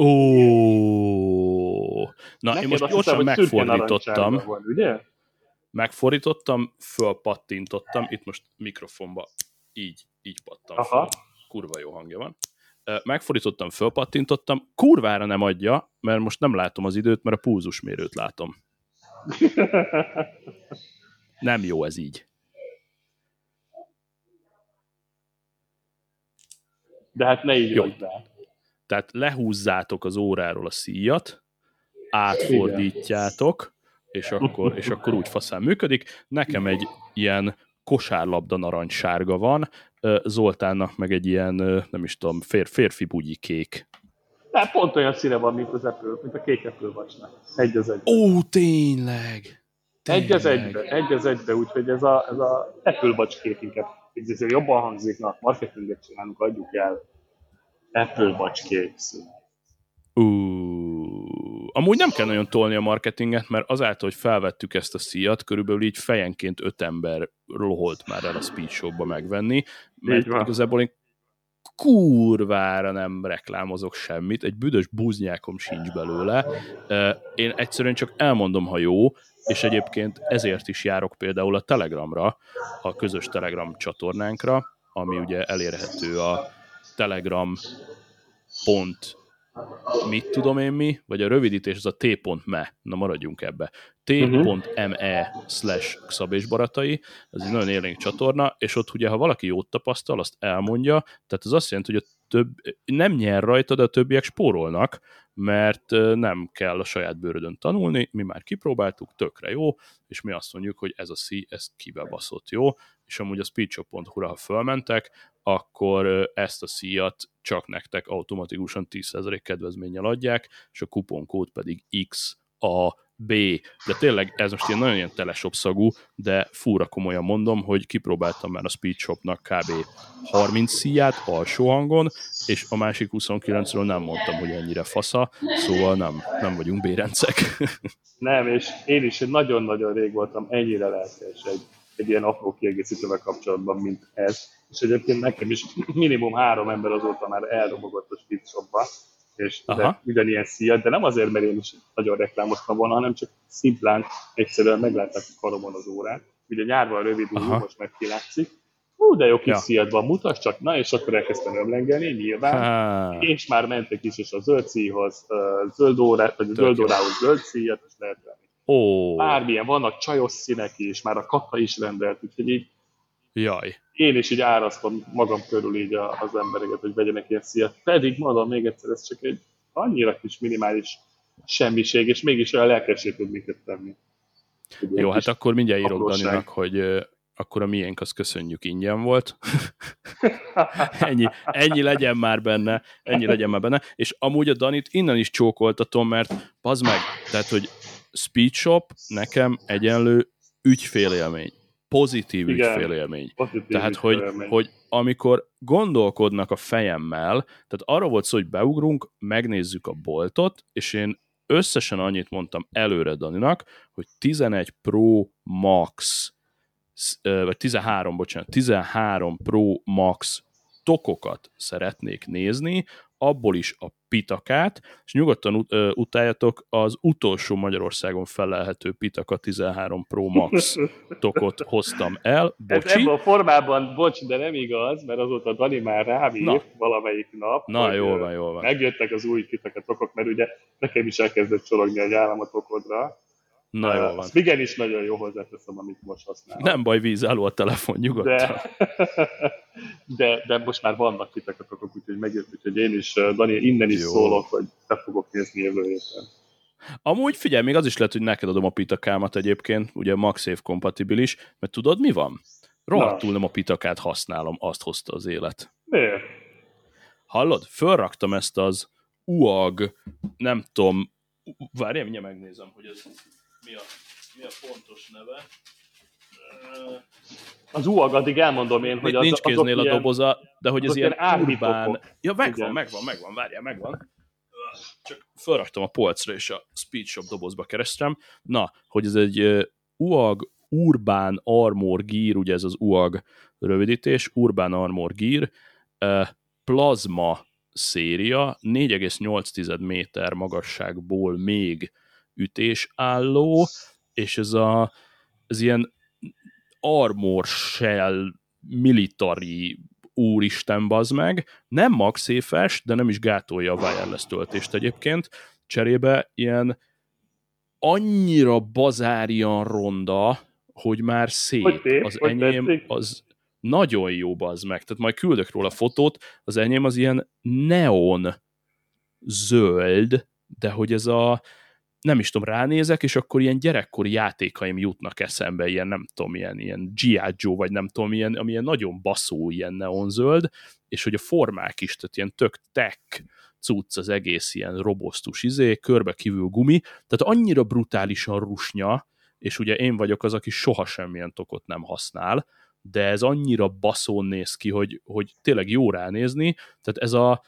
A: na neked én most gyorsan megfordítottam.
B: Van, ugye?
A: Megfordítottam, fölpattintottam, itt most mikrofonba így, így pattam fel. Kurva jó hangja van. Megfordítottam, fölpattintottam, kurvára nem adja, mert most nem látom az időt, mert a pulzusmérőt látom. Nem jó ez így.
B: De hát ne így vagy rá.
A: Tehát lehúzzátok az óráról a szíjat, átfordítjátok, és akkor, és akkor úgy faszán működik. Nekem egy ilyen kosárlabda narancssárga van, Zoltánnak meg egy ilyen, nem is tudom, fér, férfi bugyi kék.
B: Hát pont olyan színe van, mint az Apple, mint a kék Apple Watch-nak. Egy az egybe.
A: Ó, tényleg! tényleg.
B: Egy az egybe, egy az egybe, úgyhogy ez a, ez a Apple Watch kék inkább. Ez jobban hangzik, na, marketinget csinálunk, adjuk el. Apple Watch kék szín.
A: Uh, amúgy nem kell nagyon tolni a marketinget, mert azáltal, hogy felvettük ezt a szíjat, körülbelül így fejenként öt ember loholt már el a Speed Shop-ba megvenni, mert igazából én kurvára nem reklámozok semmit, egy büdös búznyákom sincs belőle. Én egyszerűen csak elmondom, ha jó, és egyébként ezért is járok például a Telegramra, a közös Telegram csatornánkra, ami ugye elérhető a telegram pont mit tudom én mi, vagy a rövidítés az a t.me, na maradjunk ebbe, t.me slash szabésbaratai, ez egy nagyon élénk csatorna, és ott ugye, ha valaki jót tapasztal, azt elmondja, tehát az azt jelenti, hogy a több, nem nyer rajta, de a többiek spórolnak, mert nem kell a saját bőrödön tanulni, mi már kipróbáltuk, tökre jó, és mi azt mondjuk, hogy ez a szíj, ez kibebaszott jó, és amúgy a speedshop pont hu-ra, ha fölmentek, akkor ezt a szíjat csak nektek automatikusan tíz százalék kedvezménnyel adják, és a kuponkód pedig X A B. De tényleg ez most ilyen nagyon ilyen teleshop szagú, de fúra komolyan mondom, hogy kipróbáltam már a Speedshopnak kb. harminc szíját alsó hangon, és a másik huszonkilencről nem mondtam, hogy ennyire fasza, szóval nem, nem vagyunk bérencek.
B: Nem, és én is nagyon-nagyon rég voltam ennyire lelkes egy, egy ilyen apró kiegészítővel kapcsolatban, mint ez. És egyébként nekem is minimum három ember azóta már elrobogott a Speedshopba, és ugyanilyen szíjat, de nem azért, mert én is nagyon reklámoztam volna, hanem csak szimplán egyszerűen meglátták a karomon az órát. Ugye nyárban rövid új, most meg kilátszik. Hú, de jó kis ja. szíjad van, mutasd csak, na, és akkor elkezdtem ömlengelni, nyilván. Ha. És már mentek is, és a zöld szíjhoz, zöld órát, vagy a zöld órához zöld szíjat, és lehet venni.
A: Oh.
B: Bármilyen, vannak csajos színek is, már a Kata is rendelt, úgyhogy így
A: Jaj.
B: Én is így árasztom magam körül így a, az embereket, hogy vegyenek ilyen szíjat. Pedig mondom még egyszer, ez csak egy annyira kis minimális semmiség, és mégis olyan lelkessé tud minket tenni.
A: Jó, hát akkor mindjárt írok Daninak, hogy uh, akkor a miénk azt köszönjük, ingyen volt. ennyi, ennyi legyen már benne, ennyi legyen már benne. És amúgy a Danit innen is csókoltatom, mert bazd meg, tehát, hogy Speed Shop nekem egyenlő ügyfélélmény. Pozitív
B: Igen,
A: ügyfélélmény.
B: pozitív
A: tehát,
B: ügyfélélmény.
A: hogy, hogy amikor gondolkodnak a fejemmel, tehát arra volt szó, hogy beugrunk, megnézzük a boltot, és én összesen annyit mondtam előre Daninak, hogy tizenegy Pro Max, vagy tizenhárom, bocsánat, tizenhárom Pro Max tokokat szeretnék nézni, abból is a pitakát, és nyugodtan ut- utáljatok, az utolsó Magyarországon felelhető Pitaka tizenhárom Pro Max tokot hoztam el. Bocsi.
B: Ez ebben a formában, bocs, de nem igaz, mert azóta Dani már rám ír valamelyik nap,
A: Na, jól van, jól van.
B: Megjöttek az új Pitaka tokok, mert ugye nekem is elkezdett csorogni egy állam a tokodra.
A: Na, jól van.
B: Azt igenis nagyon jó hozzáteszem, amit most használom.
A: Nem baj, vízálló a telefon, nyugodtan.
B: De, de, de most már vannak pitakatok, úgyhogy megjött, úgyhogy én is, Dani, innen is jó. Szólok, hogy te fogok nézni jövő héten.
A: Amúgy figyelj, még az is lehet, hogy neked adom a pitakámat egyébként, ugye MagSafe kompatibilis, mert tudod mi van? Rohadtul nem a pitakát használom, azt hozta az élet.
B: Miért?
A: Hallod? Fölraktam ezt az u á gé, nem tudom, várjál, mindjárt megnézem, hogy ez mi a, mi a pontos neve.
B: Az u á gé, addig elmondom én, hogy az,
A: nincs kéznél a
B: ilyen,
A: doboza, de hogy ez ilyen urbán... Ja, megvan,
B: igen.
A: megvan, megvan, várjál, megvan. Csak felraktam a polcra, és a Speed Shop dobozba kerestem. Na, hogy ez egy u á gé Urban Armor Gear, ugye ez az u á gé rövidítés, Urban Armor Gear, plazma széria, négy egész nyolc méter magasságból még ütésálló, és ez a ez ilyen armor shell military úristen bazd meg, nem MagSafe-es, de nem is gátolja a wireless töltést egyébként, cserébe ilyen annyira bazárian ronda, hogy már szép.
B: Hogy szép?
A: Az
B: Hogy
A: enyém
B: tetszik?
A: az nagyon jó bazd meg, tehát majd küldök róla fotót, az enyém az ilyen neon zöld, de hogy ez a nem is tudom, ránézek, és akkor ilyen gyerekkori játékaim jutnak eszembe, ilyen nem tudom, ilyen, ilyen gé i. Joe, vagy nem tudom, ilyen, ami ilyen nagyon baszó, ilyen neonzöld, és hogy a formák is, tehát ilyen tök tech cucc az egész ilyen robosztus izé, körbe kívül gumi, tehát annyira brutálisan rusnya, és ugye én vagyok az, aki soha semmilyen tokot nem használ, de ez annyira baszón néz ki, hogy, hogy tényleg jó ránézni, tehát ez a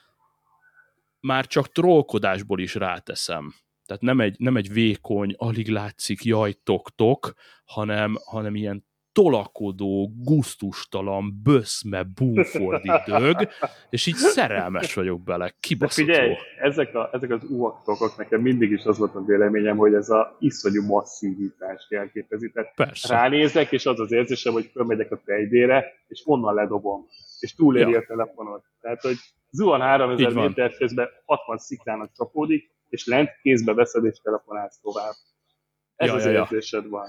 A: már csak trollkodásból is ráteszem. Tehát nem egy, nem egy vékony, alig látszik, jaj, tok-tok, hanem, hanem ilyen tolakodó, gusztustalan, böszme, búfordi dög, és így szerelmes vagyok bele, kibaszható.
B: De figyelj, ezek, a, ezek az u á gé-tokok, nekem mindig is az volt a véleményem, hogy ez a iszonyú masszívítást jelképezi. Tehát ránézek, és az az érzésem, hogy fölmegyek a tejdére, és onnan ledobom, és túléri ja. a telefonot. Tehát, hogy zuhan háromezer méter közben hatvan sziklának csapódik, és lent kézbe veszed, és telefonálsz tovább. Ez ja, az ja, érzésed ja. van.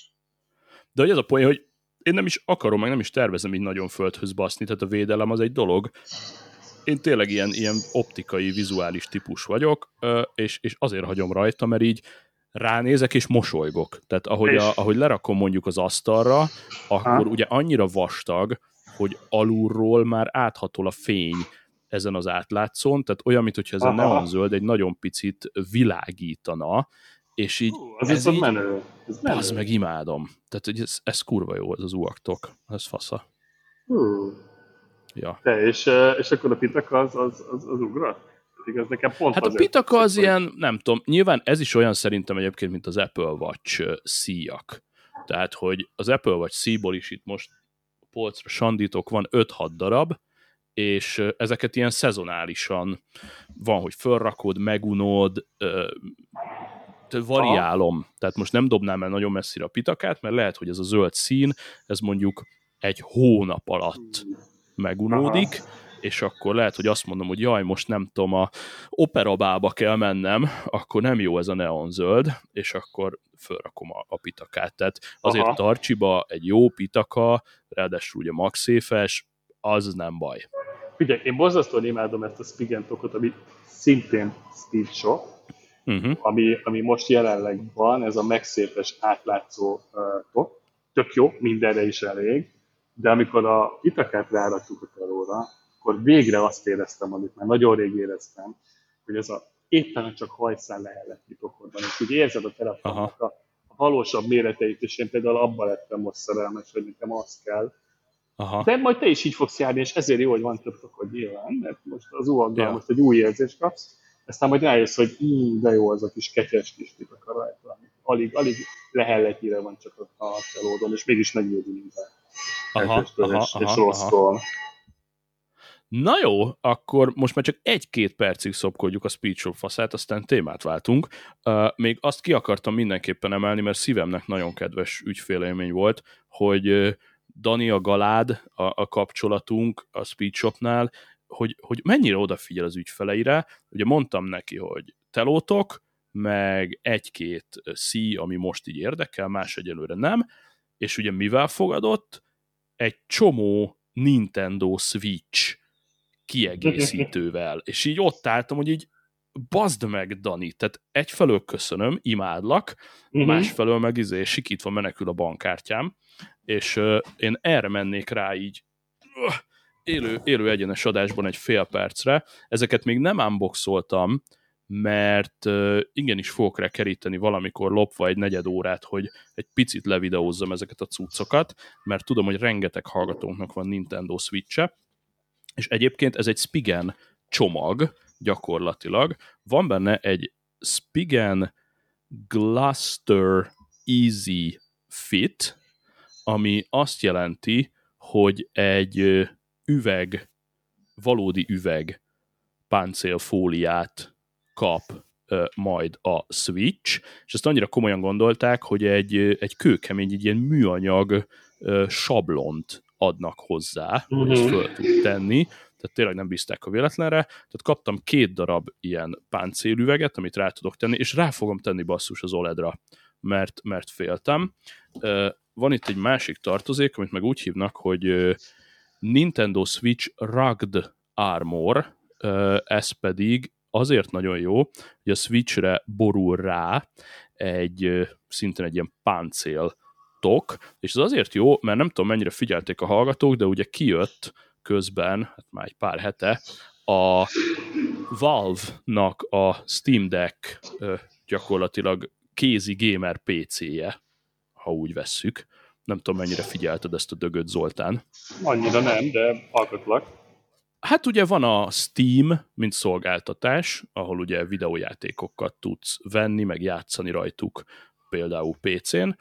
A: De hogy az a poén, hogy én nem is akarom, meg nem is tervezem így nagyon földhöz baszni, tehát a védelem az egy dolog. Én tényleg ilyen, ilyen optikai, vizuális típus vagyok, és, és azért hagyom rajta, mert így ránézek és mosolygok. Tehát ahogy, a, ahogy lerakom mondjuk az asztalra, akkor ha? ugye annyira vastag, hogy alulról már áthatol a fény ezen az átlátszón, tehát olyan, mintha ez a neonzöld egy nagyon picit világítana, és így...
B: Uh, az ez így, menő. Ez menő.
A: Az meg imádom. Tehát, hogy ez, ez kurva jó, ez az u á gé-tok. Ez fasza.
B: Uh.
A: Ja.
B: Te, és, és akkor a pitaka az, az, az, az ugrat? Ez nekem pont
A: hát a pitaka az ilyen, nem tudom, nyilván ez is olyan szerintem egyébként, mint az Apple Watch C-jak. Tehát, hogy az Apple Watch C-ból is itt most polcra sandítok, van öt-hat darab, és ezeket ilyen szezonálisan van, hogy fölrakod, megunod, variálom. Aha. Tehát most nem dobnám el nagyon messzire a pitakát, mert lehet, hogy ez a zöld szín, ez mondjuk egy hónap alatt megunódik, aha. és akkor lehet, hogy azt mondom, hogy jaj, most nem tudom, a operabába kell mennem, akkor nem jó ez a neonzöld, és akkor fölrakom a, a pitakát. Tehát azért
B: Aha.
A: tarcsiba egy jó pitaka, ráadásul ugye magszéfes, az nem baj.
B: Figyelj, én borzasztóan imádom ezt a Spigen tokot, ami szintén Steve Shop, uh-huh. ami, ami most jelenleg van, ez a megszépes átlátszó uh, tok. Tök jó, mindenre is elég, de amikor a pitakát ráraktuk a telóra, akkor végre azt éreztem, amit már nagyon rég éreztem, hogy ez a éppen csak hajszál lehetett titokodban, és úgy érzed a telefonnak a, a valósabb méreteit, és én például abban lettem most szerelmes, hogy nekem az kell. Aha. De majd te is így fogsz járni, és ezért jó, hogy van több tokod nyilván, mert most az uaggal ja. most egy új érzést kapsz, aztán majd rájössz, hogy így, de jó az a kis ketyes kis titok a rajta. Alig, alig lehelletnyire van csak a telódon, és mégis megvédi minden.
A: Aha, aha,
B: és,
A: aha,
B: és rossztól.
A: Na jó, akkor most már csak egy-két percig szopkodjuk a Speedshop faszát, aztán témát váltunk. Uh, még azt ki akartam mindenképpen emelni, mert szívemnek nagyon kedves ügyfélélmény volt, hogy uh, Dani a Galád, a, a kapcsolatunk a Speedshopnál, hogy, hogy mennyire odafigyel az ügyfeleire. Ugye mondtam neki, hogy telótok, meg egy-két szí, ami most így érdekel, más egyelőre nem, és ugye mivel fogadott? Egy csomó Nintendo Switch kiegészítővel, és így ott álltam, hogy így bazd meg, Dani, tehát egyfelől köszönöm, imádlak, uh-huh. másfelől meg izé sikítva menekül a bankkártyám, és uh, én erre mennék rá így uh, élő, élő egyenes adásban egy fél percre. Ezeket még nem unboxoltam, mert uh, igenis fogok rá keríteni valamikor lopva egy negyed órát, hogy egy picit levideózzam ezeket a cuccokat, mert tudom, hogy rengeteg hallgatónknak van Nintendo Switch-e, és egyébként ez egy Spigen csomag gyakorlatilag. Van benne egy Spigen Gluster Easy Fit, ami azt jelenti, hogy egy üveg, valódi üveg páncélfóliát kap uh, majd a Switch, és ezt annyira komolyan gondolták, hogy egy, egy kőkemény, egy ilyen műanyag uh, sablont adnak hozzá, uh-huh. hogy ezt föl tud tenni, tehát tényleg nem bízták a véletlenre, tehát kaptam két darab ilyen páncélüveget, amit rá tudok tenni, és rá fogom tenni basszus az o el é dé-ra, mert, mert féltem. Uh, van itt egy másik tartozék, amit meg úgy hívnak, hogy uh, Nintendo Switch Rugged Armor, uh, ez pedig azért nagyon jó, hogy a Switchre borul rá egy uh, szintén egy ilyen páncél tok, és ez azért jó, mert nem tudom, mennyire figyelték a hallgatók, de ugye kijött közben, hát már egy pár hete, a Valve-nak a Steam Deck uh, gyakorlatilag kézi gamer pé cé-je, ha úgy vesszük. Nem tudom, mennyire figyelted ezt a dögöt, Zoltán.
B: Annyira nem, de hallgatlak.
A: Hát ugye van a Steam, mint szolgáltatás, ahol ugye videójátékokat tudsz venni, meg játszani rajtuk, például pé cén,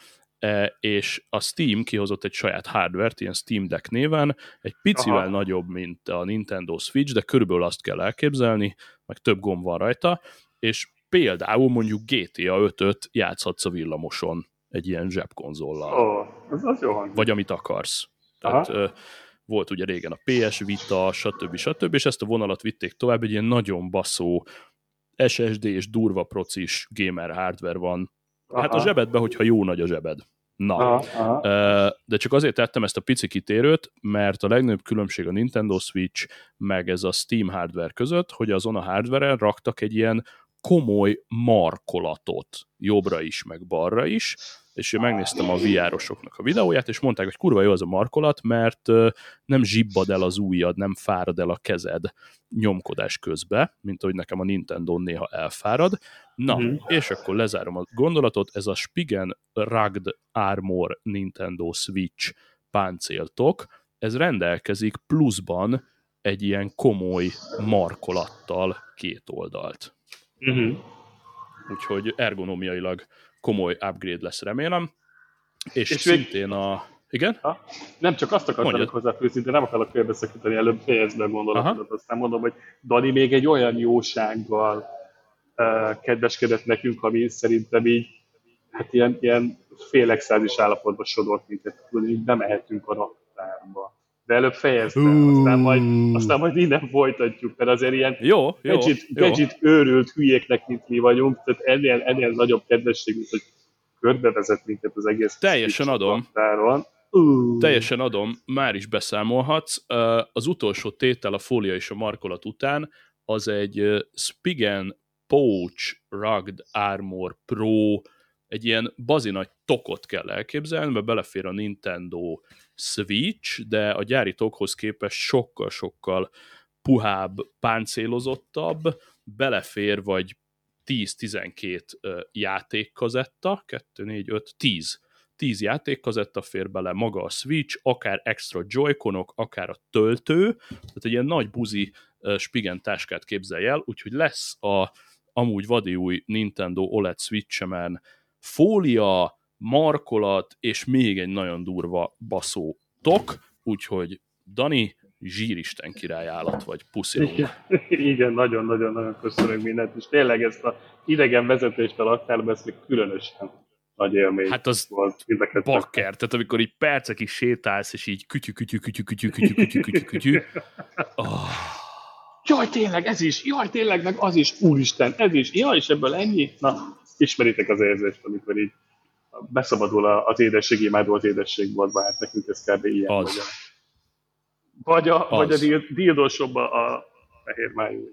A: és a Steam kihozott egy saját hardware-t, ilyen Steam Deck néven, egy picivel Aha. nagyobb, mint a Nintendo Switch, de körülbelül azt kell elképzelni, meg több gomb van rajta, és például mondjuk gé té á ötöt játszhatsz a villamoson egy ilyen zsebkonzollal.
B: Ó, ez az jó hangzik.
A: Vagy amit akarsz. Tehát ö, volt ugye régen a pé es Vita, stb. stb. És ezt a vonalat vitték tovább, egy ilyen nagyon baszó es es dé és durva procis gamer hardware van. Aha. Hát a zsebedbe, hogyha jó nagy a zsebed. Na, aha, aha. De csak azért tettem ezt a pici kitérőt, mert a legnagyobb különbség a Nintendo Switch meg ez a Steam hardware között, hogy azon a hardware-en raktak egy ilyen komoly markolatot, jobbra is, meg balra is, és én megnéztem a vé er-osoknak a videóját, és mondták, hogy kurva jó az a markolat, mert nem zsibbad el az ujjad, nem fárad el a kezed nyomkodás közben, mint ahogy nekem a Nintendo néha elfárad. Na, mm-hmm. és akkor lezárom a gondolatot, ez a Spigen Rugged Armor Nintendo Switch páncéltok, ez rendelkezik pluszban egy ilyen komoly markolattal két oldalt.
B: Mm-hmm.
A: Úgyhogy ergonomiailag komoly upgrade lesz, remélem. És, és szintén még... a... Igen?
B: Ha? Nem, csak azt akartam hozzáfűzni, de nem akarok félbeszakítani, előbb fejezd be gondolatodat, aztán mondom, hogy Dani még egy olyan jósággal uh, kedveskedett nekünk, ami szerintem így, hát ilyen, ilyen félextázis állapotba sodort minket, hogy így bemehetünk a raktárba. de előbb fejezd be, aztán majd, aztán majd innen folytatjuk, mert azért ilyen
A: jó, jó,
B: gadget,
A: jó.
B: gadget őrült hülyéknek, mint mi vagyunk, tehát ennél, ennél nagyobb kedvesség, mint hogy körbevezet minket az egész.
A: Teljesen adom.
B: Uh.
A: Teljesen adom, már is beszámolhatsz. Az utolsó tétel a fólia és a markolat után az egy Spigen Pouch Rugged Armor Pro, egy ilyen bazinagy tokot kell elképzelni, mert belefér a Nintendo Switch, de a gyári tokhoz képest sokkal-sokkal puhább, páncélozottabb, belefér vagy tíz-tizenkét játékkazetta, kettő, négy, öt, tíz tíz játékkazetta fér bele, maga a Switch, akár extra joyconok, akár a töltő, tehát egy ilyen nagy buzi Spigen táskát képzelj el, úgyhogy lesz a amúgy vadi új Nintendo o el e dé Switch-emen fólia, markolat, és még egy nagyon durva baszó tok, úgyhogy Dani, zsíristen király állat vagy, puszilunk.
B: Igen, igen, nagyon-nagyon-nagyon köszönök mindent, és tényleg ezt a idegen vezetést a laktárba, ezt még különösen nagy élmény
A: hát az
B: volt.
A: bakker, tehát amikor így percekig sétálsz, és így kütyü, kütyü, kütyü, kütyü, kütyü, kütyü, kütyü, kütyü. Oh.
B: Jaj, tényleg, ez is, jaj, tényleg, meg az is, úristen, ez is, jaj, és ebből ennyi? Na, ismeritek az érzést, amikor így beszabadul az édesség, imádó az édességboltba, hát nekünk ez kb. Ilyen
A: az.
B: vagy a, vagy a, vagy a dildósbb a fehér májú.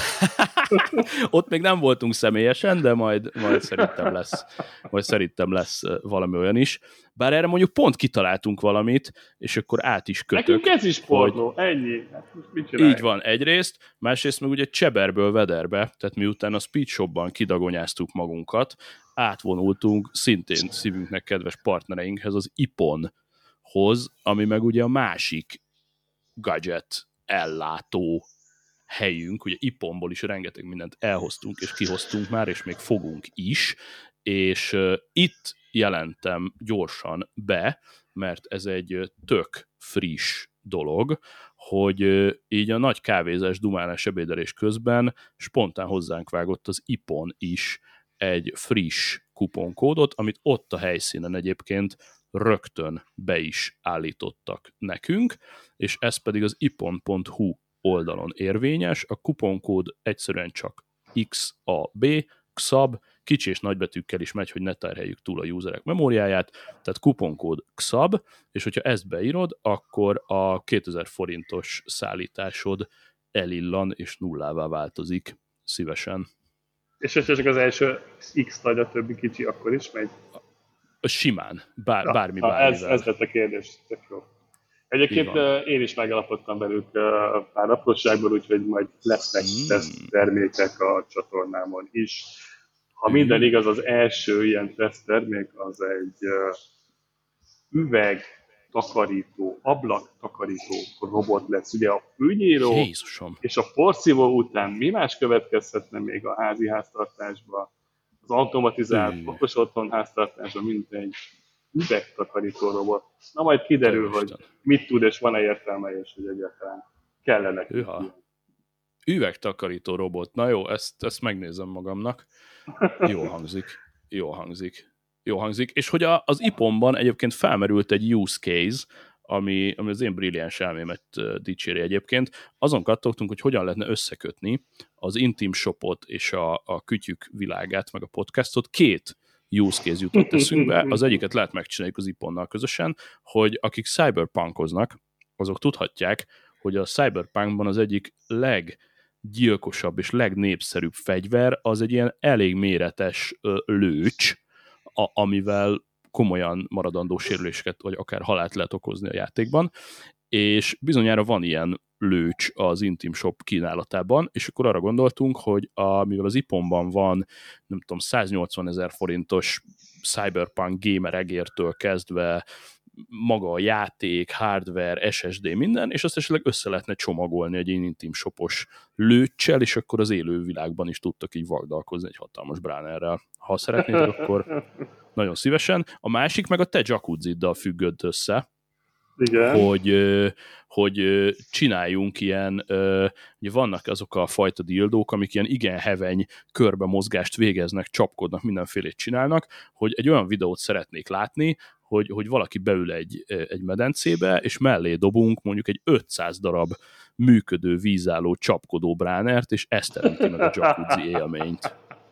A: Ott még nem voltunk személyesen, de majd, majd szerintem lesz, majd szerintem lesz valami olyan is. Bár erre mondjuk pont kitaláltunk valamit, és akkor át is kötök.
B: Nekünk ez is pornó, hogy... ennyi. Hát
A: így van egyrészt, másrészt meg ugye cseberből vederbe, tehát miután a Speed Shopban kidagonyáztuk magunkat, átvonultunk szintén szívünknek kedves partnereinkhez, az iPhone-hoz, ami meg ugye a másik gadget ellátó helyünk, ugye iPhone-ból is rengeteg mindent elhoztunk, és kihoztunk már, és még fogunk is, és uh, itt jelentem gyorsan be, mert ez egy tök friss dolog, hogy uh, így a nagy kávézás, dumálás, ebédelés közben spontán hozzánk vágott az iPhone is egy friss kuponkódot, amit ott a helyszínen egyébként rögtön be is állítottak nekünk, és ez pedig az iphone pont hu oldalon érvényes, a kuponkód egyszerűen csak iksz á bé, iksz á bé, kicsi és nagybetűkkel is megy, hogy ne terheljük túl a userek memóriáját, tehát kuponkód iksz á bé, és hogyha ezt beírod, akkor a kétezer forintos szállításod elillan és nullává változik szívesen.
B: És ha csak az első X nagy, a többi kicsi, akkor is megy?
A: Simán, bár,
B: na,
A: bármi
B: na,
A: bármivel.
B: Ez, ez lett a kérdés, tök jó. Egyébként én is megalapodtam velük pár apróságból, úgyhogy majd lesznek mm. teszt termékek a csatornámon is. Ha minden igaz, az első ilyen teszt termék az egy üveg takarító, ablak takarító robot lesz. Ugye a fűnyíró
A: Jézusom.
B: És a porszívó után mi más következhetne még a házi háztartásba, az automatizált mm. okos otthon háztartásban, mint egy üvegtakarító robot. Na majd kiderül, hogy mit tud, és van-e értelme, és hogy egyáltalán kellene.
A: Üvegtakarító robot. Na jó, ezt, ezt megnézem magamnak. Jó hangzik. Jó hangzik. Jó hangzik. És hogy a, az iPhone-ban egyébként felmerült egy use case, ami, ami az én brilliáns elmémet uh, dicséri egyébként. Azon kattogtunk, hogy hogyan lehetne összekötni az Intim Shopot és a, a kütyük világát, meg a podcastot. Két use case jutott eszünkbe. Az egyiket lehet megcsináljuk az iPhone-nal közösen, hogy akik cyberpunkoznak, azok tudhatják, hogy a cyberpunkban az egyik leggyilkosabb és legnépszerűbb fegyver az egy ilyen elég méretes uh, lőcs, a, amivel komolyan maradandó sérüléseket, vagy akár halált lehet okozni a játékban, és bizonyára van ilyen lőcs az Intim Shop kínálatában, és akkor arra gondoltunk, hogy a, mivel az iPhone-ban van, nem tudom, száznyolcvanezer forintos Cyberpunk gamer egértől kezdve maga a játék, hardware, es es dé, minden, és azt esetleg össze lehetne csomagolni egy Intim Shopos lőccsel, és akkor az élő világban is tudtak így vagdalkozni egy hatalmas bránerrel. Ha szeretnétek, akkor nagyon szívesen. A másik meg a te jacuzziddal függött össze,
B: igen.
A: Hogy, hogy csináljunk ilyen, ugye vannak azok a fajta dildók, amik ilyen igen heveny körbe mozgást végeznek, csapkodnak, mindenfélét csinálnak, hogy egy olyan videót szeretnék látni, hogy, hogy valaki beül egy, egy medencébe, és mellé dobunk mondjuk egy ötszáz darab működő, vízálló, csapkodó bránert, és ezt teremti meg a jacuzzi élményt.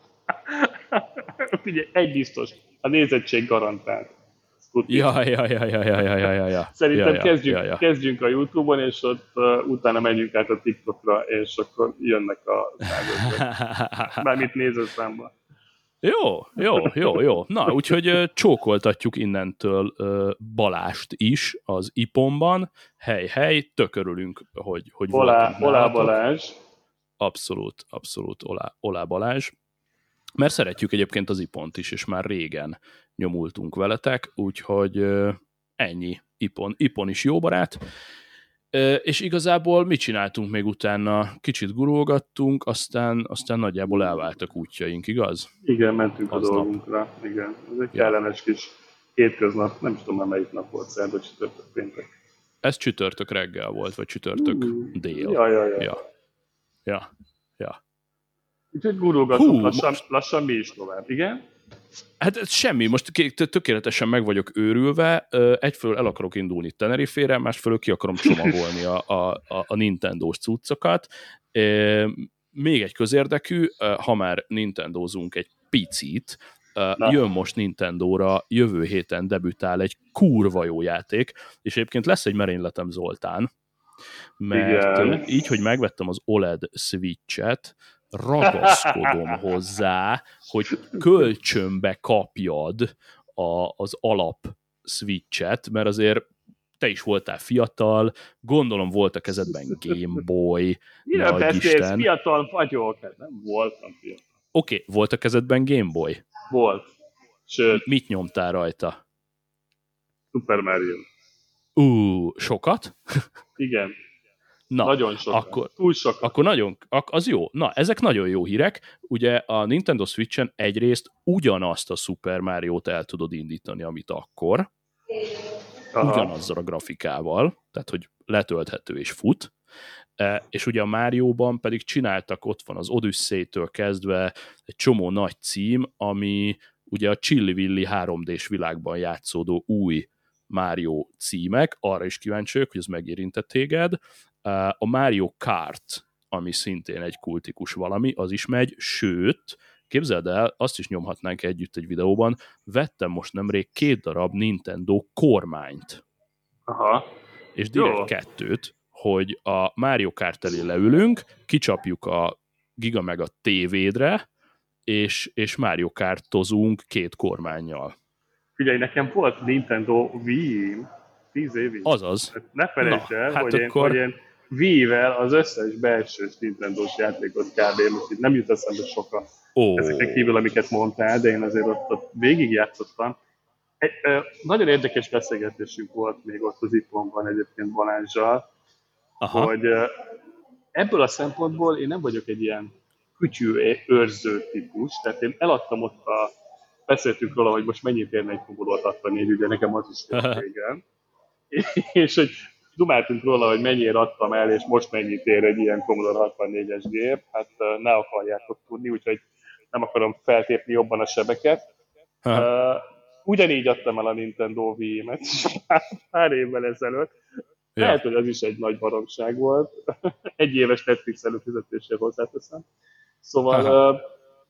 B: Ugye egy biztos, a nézettség garantált.
A: Ja, ja, ja, ja, ja, ja, ja, ja.
B: Szerintem
A: ja,
B: kezdjünk,
A: ja, ja.
B: kezdjünk a YouTube-on, és ott uh, utána menjünk át a TikTokra, és akkor jönnek a szágozók. Mármint nézőszámba.
A: Jó, jó, jó, jó. Na, úgyhogy uh, csókoltatjuk innentől uh, Balást is az iponban. Hely, hely, tök örülünk, hogy, hogy
B: Olá,
A: voltunk
B: Olá
A: nálatok.
B: Balázs.
A: Abszolút, abszolút Olá, Olá Balázs. Mert szeretjük egyébként az ipont is, és már régen nyomultunk veletek, úgyhogy uh, ennyi. Ipon. Ipon is jó barát. Uh, és igazából mit csináltunk még utána? Kicsit gurulgattunk, aztán, aztán nagyjából elváltak útjaink, igaz?
B: Igen, mentünk a
A: Aznap.
B: dolgunkra. Igen, ez egy
A: Ja.
B: kellemes kis hétköznap. Nem is tudom már melyik nap volt, szerda, csütörtök, péntek.
A: Ez csütörtök reggel volt, vagy csütörtök
B: Uh,
A: dél.
B: Ja, ja, ja.
A: Ja, ja. ja.
B: Úgyhogy gurulgatunk
A: Hú,
B: lassan,
A: most-
B: lassan mi is tovább. Igen?
A: Hát ez semmi, most ké- tö- tökéletesen meg vagyok őrülve, Ö, egyfelől el akarok indulni Tenerifére, másfelől ki akarom csomagolni a, a, a, a Nintendo-s cuccokat. Ö, Még egy közérdekű, ö, ha már Nintendozunk egy picit, ö,
B: Na.
A: jön most Nintendóra, jövő héten debütál egy kurva jó játék, és egyébként lesz egy merényletem Zoltán, mert
B: Igen.
A: ö, így, hogy megvettem az o el e dé Switch-et, ragaszkodom hozzá, hogy kölcsönbe kapjad a, az alap Switch-et, mert azért te is voltál fiatal, gondolom volt a kezedben Game Boy,
B: Mire
A: ne adj
B: beszélsz?
A: Isten.
B: Fiatal vagyok. Hát nem voltam fiatal.
A: Oké, okay, volt a kezedben Game Boy?
B: Volt. Sőt,
A: Mit nyomtál rajta?
B: Super Mario.
A: Ú, sokat?
B: Igen.
A: Na,
B: Nagyon sokat.
A: akkor,
B: Túl sokat.
A: akkor nagyon, ak- az jó. Na, ezek nagyon jó hírek. Ugye a Nintendo Switchen egyrészt ugyanazt a Super Mario-t el tudod indítani, amit akkor,
B: Aha.
A: ugyanazzal a grafikával, tehát hogy letölthető és fut, E, és ugye a Márióban pedig csináltak, ott van az Odyssey-től kezdve egy csomó nagy cím, ami ugye a Chilli-Villi három dés világban játszódó új Mario címek, arra is kíváncsi vagyok, hogy ez megérintett téged. E, a Mario Kart, ami szintén egy kultikus valami, az is megy, sőt, képzeld el, azt is nyomhatnánk együtt egy videóban, vettem most nemrég két darab Nintendo kormányt,
B: Aha.
A: és direkt
B: Jó.
A: kettőt, hogy a Mario Kart elé leülünk, kicsapjuk a Giga meg a tévédre, és, és Mario Kartozunk két kormánnyal.
B: Figyelj, nekem volt Nintendo Wii-im, tíz évig.
A: Azaz.
B: Hát ne felejtsd
A: Na,
B: el,
A: hát
B: hogy,
A: akkor-
B: én, hogy én Wii-vel az összes belsős Nintendo-s játékot kb. Most itt nem jut eszembe sokat.
A: Ó,
B: Ezeken kívül, amiket mondtál, de én azért ott, ott végigjátszottam. Egy, ö, nagyon érdekes beszélgetésünk volt még ott az iponban egyébként Balázsjal,
A: aha,
B: hogy ö, ebből a szempontból én nem vagyok egy ilyen kütyű őrző típus, tehát én eladtam ott a, beszéltünk róla, hogy most mennyit érne egy Commodore hatvannégy, ugye nekem az is volt régen, és hogy dumáltunk róla, hogy mennyire adtam el, és most mennyit ér egy ilyen Commodore hatvannégyes gép, hát ö, ne akarjátok tudni, úgyhogy nem akarom feltépni jobban a sebeket.
A: ha,
B: Uh, ugyanígy adtam el a Nintendo Wii-met pár évvel ezelőtt.
A: ja.
B: Lehet, hogy az is egy nagy baromság volt. Egy éves Netflix előfizetéssel hozzáteszem. Szóval, uh,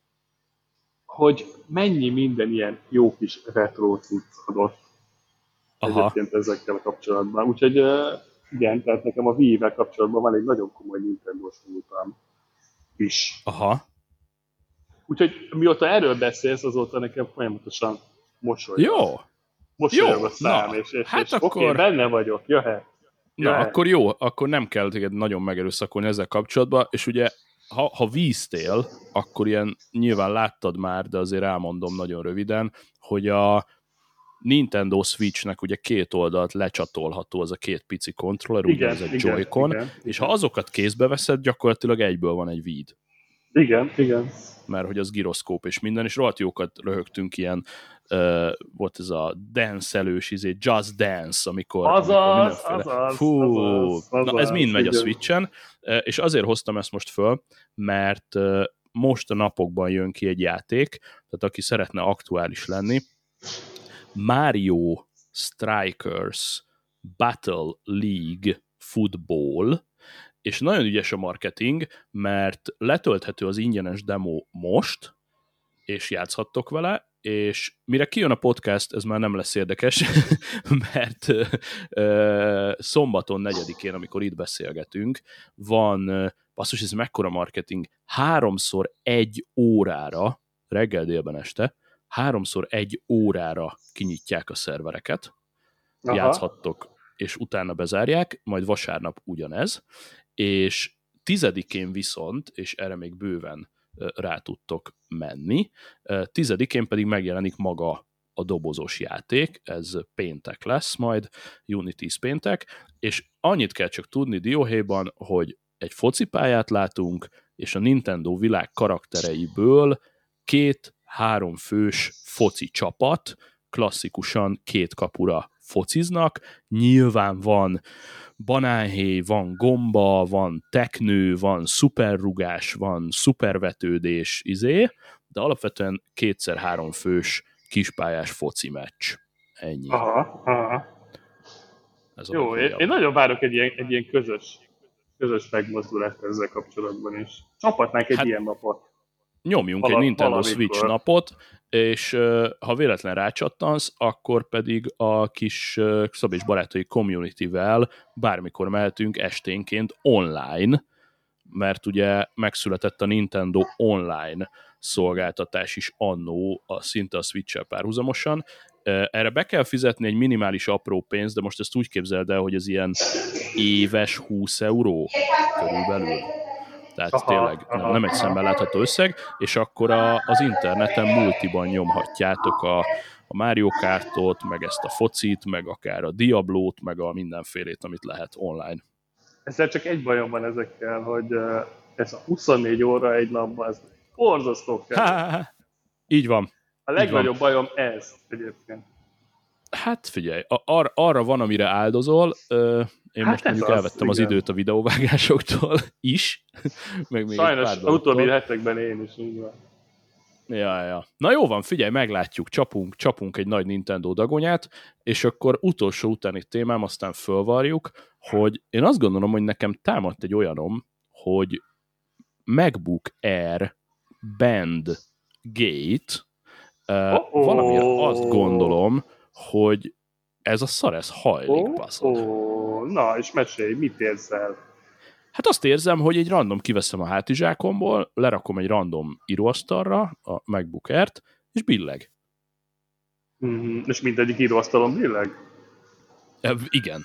B: hogy mennyi minden ilyen jó kis retro cucc adott
A: Aha.
B: egyébként ezekkel a kapcsolatban. Úgyhogy uh, igen, tehát nekem a Wii-vel kapcsolatban van egy nagyon komoly Nintendo-s múltam is.
A: Aha.
B: Úgyhogy mióta erről beszélsz, azóta nekem folyamatosan mosolyog.
A: Jó.
B: Mosolyog
A: Jó,
B: a szám,
A: na,
B: és, és,
A: hát
B: és
A: akkor-
B: oké, benne vagyok, jöhet.
A: Na,
B: Jöhet.
A: akkor jó, akkor nem kell téged nagyon megerőszakolni ezzel kapcsolatban, és ugye, ha, ha víztél, akkor ilyen nyilván láttad már, de azért elmondom nagyon röviden, hogy a Nintendo Switchnek ugye két oldalt lecsatolható az a két pici kontroller, ugye ez egy Joy-Con,
B: igen,
A: és
B: igen.
A: ha azokat kézbe veszed, gyakorlatilag egyből van egy Wii-d.
B: Igen, igen.
A: Mert hogy az giroszkóp és minden, és rohadt jókat röhögtünk ilyen, uh, volt ez a dance-elős, izé, Just Dance, amikor,
B: Azaz,
A: amikor mindenféle...
B: azaz,
A: Fú,
B: azaz, azaz,
A: na ez mind megy a
B: igen.
A: Switchen, uh, és azért hoztam ezt most föl, mert uh, most a napokban jön ki egy játék, tehát aki szeretne aktuális lenni, Mario Strikers Battle League Football, és nagyon ügyes a marketing, mert letölthető az ingyenes demo most, és játszhattok vele, és mire kijön a podcast, ez már nem lesz érdekes, mert ö, szombaton negyedikén, amikor itt beszélgetünk, van, basszus, ez mekkora marketing, háromszor egy órára, reggel, délben, este, háromszor egy órára kinyitják a szervereket, Aha. játszhattok, és utána bezárják, majd vasárnap ugyanez, és tizedikén viszont, és erre még bőven rá tudtok menni, tizedikén pedig megjelenik maga a dobozos játék, ez péntek lesz majd, június tíz péntek, és annyit kell csak tudni dióhéjban, hogy egy focipályát látunk, és a Nintendo világ karaktereiből két-három fős foci csapat klasszikusan két kapura fociznak, nyilván van banánhéj, van gomba, van teknő, van szuperrugás, van szupervetődés, izé, de alapvetően kétszer-három fős kispályás foci meccs. Ennyi.
B: Aha, aha.
A: Ez
B: Jó, én, én nagyon várok egy ilyen, egy ilyen közös, közös megmozdulást ezzel kapcsolatban is. Csapatnánk egy hát, ilyen napot.
A: Nyomjunk Vala, egy Nintendo valamikor. Switch napot, és uh, ha véletlen rácsattansz, akkor pedig a kis uh, Szabi és barátai community-vel bármikor mehetünk esténként online, mert ugye megszületett a Nintendo online szolgáltatás is annó a szinte a Switch-el párhuzamosan. Uh, erre be kell fizetni egy minimális apró pénzt, de most ezt úgy képzeld el, hogy ez ilyen éves húsz euró körülbelül. Tehát aha, tényleg aha, nem, nem egy szemmel látható összeg, és akkor a, az interneten multiban nyomhatjátok a, a Mario Kartot, meg ezt a focit, meg akár a Diablót, meg a mindenfélét, amit lehet online.
B: Ezzel csak egy bajom van ezekkel, hogy ez a huszonnégy óra egy napban, ez borzasztó kell.
A: Így van.
B: A legnagyobb van. Bajom ez egyébként.
A: Hát figyelj, ar- arra van, amire áldozol. Én hát most mondjuk az, elvettem igen. az időt a videóvágásoktól is. Meg még
B: sajnos az utóbbi hetekben én is így van.
A: Ja, ja. Na jó van, figyelj, meglátjuk, csapunk, csapunk egy nagy Nintendo dagonyát, és akkor utolsó utáni témám, aztán fölvarjuk, hogy én azt gondolom, hogy nekem támadt egy olyanom, hogy MacBook Air Band Gate, uh, oh-oh. valamiért azt gondolom, hogy ez a szar, ez hajlik,
B: oh,
A: baszod.
B: Oh, na, és mesélj, mit érzel?
A: Hát azt érzem, hogy egy random kiveszem a hátizsákomból, lerakom egy random íróasztalra a MacBook Air-t, és billeg.
B: Mm-hmm. És mindegyik íróasztalon billeg?
A: E, igen.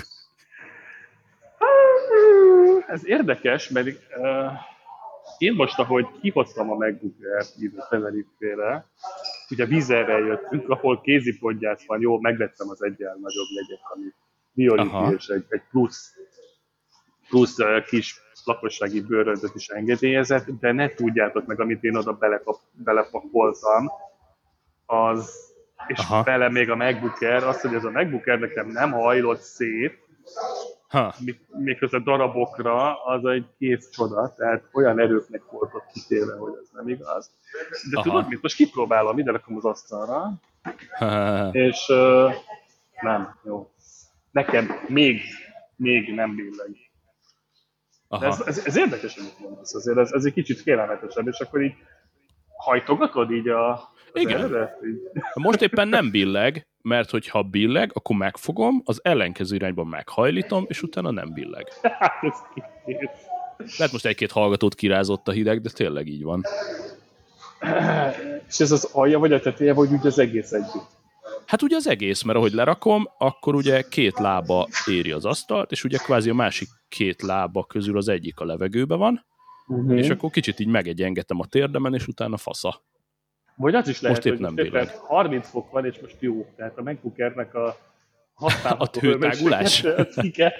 B: Ez érdekes, mert uh, én most, ahogy kihoztam a MacBook Air-t ide Teneriffe-re, ugye vízerrel jöttünk, ahol kézipodgyász van, jó, megvettem az egyen nagyobb jegyet, ami Bioliti és egy, egy plusz, plusz uh, kis lakossági bőröndöt is engedélyezett, de ne tudjátok meg, amit én oda belekap, belepakoltam, az, és Aha. vele még a MacBook Air, az, hogy ez a MacBook Air nekem nem hajlott szét, Ha. Miközben darabokra az egy kész csoda, tehát olyan erőknek volt ott kitéve, hogy ez nem igaz. De Aha. tudod mit? Most kipróbálom, ide rakom az asztalra, és uh, nem, jó. Nekem még, még nem billeg. Ez, ez, ez érdekes, amit mondasz azért, ez, ez egy kicsit félelmetesebb, és akkor így hajtogatod így a...
A: Igen. Erre, így. Most éppen nem billeg, mert hogyha billeg, akkor megfogom, az ellenkező irányban meghajlítom, és utána nem billeg. Lehet most egy-két hallgatót kirázott a hideg, de tényleg így van.
B: És ez az alja vagy a teteje, vagy úgy az egész együtt?
A: Hát ugye az egész, mert ahogy lerakom, akkor ugye két lába éri az asztalt, és ugye kvázi a másik két lába közül az egyik a levegőben van, uh-huh. és akkor kicsit így megegyengetem a térdemen, és utána fasza.
B: Vagy az is lehet,
A: most épp
B: hogy
A: nem
B: harminc fok van, és most jó. Tehát a MacBook Air-nek a használható
A: a hőtágulás.
B: Igen.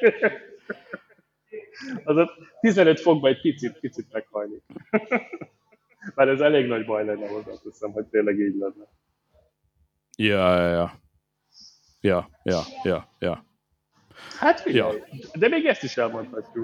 B: Az a tizenöt fokban egy picit, picit meghajlik. Mert ez elég nagy baj lenne, hozzáteszem, hogy tényleg így lenne.
A: Ja, ja, ja. Ja, ja, ja, ja.
B: Hát figyelj, ja. De még ezt is elmondhatjuk.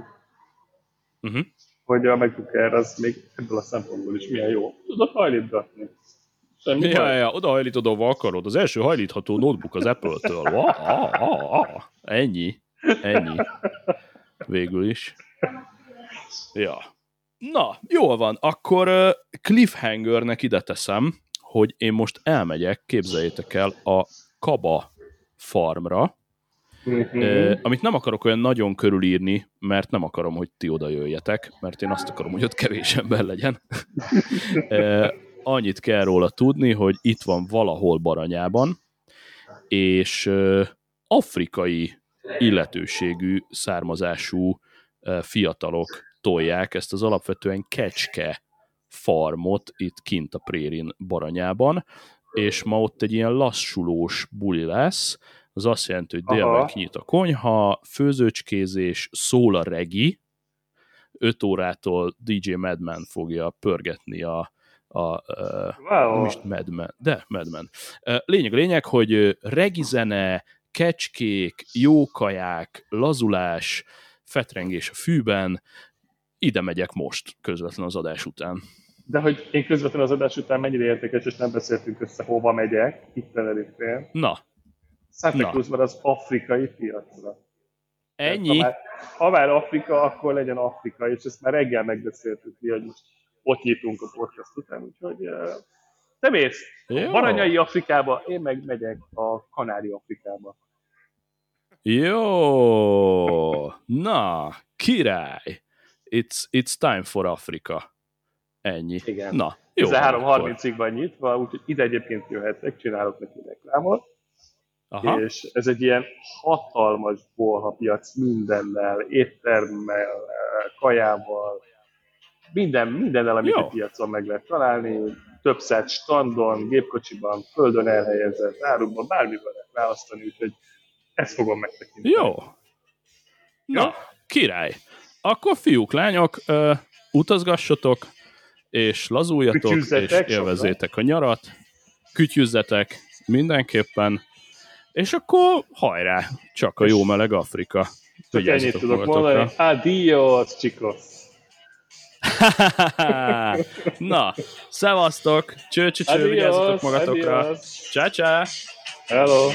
A: Uh-huh.
B: Hogy a MacBook Air az még ebből a szempontból is milyen jó. Tudod hajlítgatni. Semmi
A: Ja,
B: baj.
A: ja, odahajlítod, ahova akarod. Az első hajlítható notebook az Apple-től. Ah, ah, ah, ah. Ennyi. Ennyi. Végül is. Ja. Na, jól van. Akkor uh, cliffhangernek ide teszem, hogy én most elmegyek, képzeljétek el, a Kaba farmra,
B: Mm-hmm.
A: uh, amit nem akarok olyan nagyon körülírni, mert nem akarom, hogy ti oda jöjjetek, mert én azt akarom, hogy ott kevés ember legyen. uh, annyit kell róla tudni, hogy itt van valahol Baranyában, és uh, afrikai illetőségű, származású uh, fiatalok tolják ezt az alapvetően kecske farmot itt kint a prérin Baranyában, és ma ott egy ilyen lassulós buli lesz, az azt jelenti, hogy délben kinyit a konyha, főzőcskézés, szól a regi, öt órától dé dzsé Madman fogja pörgetni a, a, a
B: Wow.
A: nem is Madman, de Madman. Lényeg a lényeg, hogy regi zene, kecskék, jó kaják, lazulás, fetrengés a fűben, ide megyek most, közvetlen az adás után.
B: De hogy én közvetlen az adás után mennyire értékes, és nem beszéltünk össze, hova megyek, itt Tenerifén.
A: Na.
B: Santa Cruzban az afrikai piacra.
A: Ennyi?
B: Ha már, ha már Afrika, akkor legyen Afrika, és ezt már reggel megbeszéltük, hogy most ott nyitunk a podcast után, úgyhogy uh, te mész a Baranyai Afrikába, én meg megyek a Kanári Afrikába.
A: Jó! Na, király! It's, it's time for Africa. Ennyi.
B: Igen.
A: Na, jó.
B: tizenhárom harmincig van nyitva, úgyhogy ide egyébként jöhetek, csinálok neki reklámot. Aha. És ez egy ilyen hatalmas bolhapiac mindennel, éttermmel, kajával, minden, mindennel, amit a piacon meg lehet találni, több száz standon, gépkocsiban, földön elhelyezett árukban, bármivel lehet választani, úgyhogy ezt fogom megtekinteni.
A: Jó. Na, ja? Király. Akkor fiúk, lányok, uh, utazgassatok, és lazuljatok, és élvezzétek sokan a nyarat, kütyüzzetek mindenképpen, és akkor hajrá, csak a jó meleg Afrika.
B: Csak ennyit tudok mondani, adios, chicos!
A: Na, szevasztok, cső-cső-cső, vigyázzatok magatokra. Csá-csá!
B: Hello!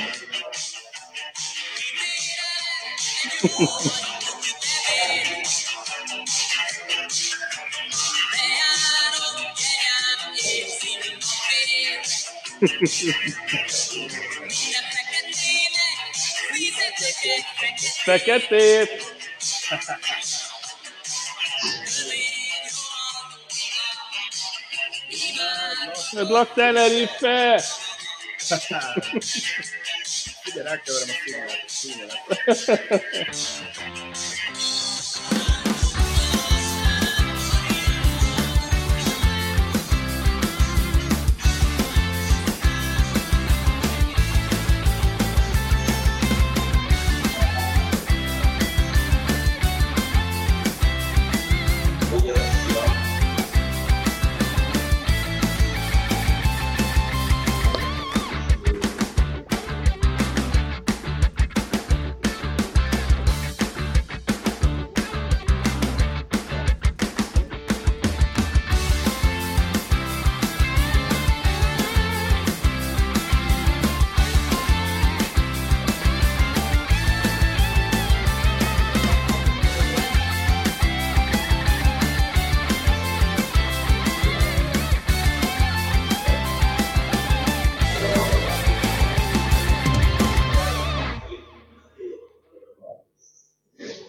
B: Feketét! Adlak Tenerife!
C: Ugye rákeverem a színelet.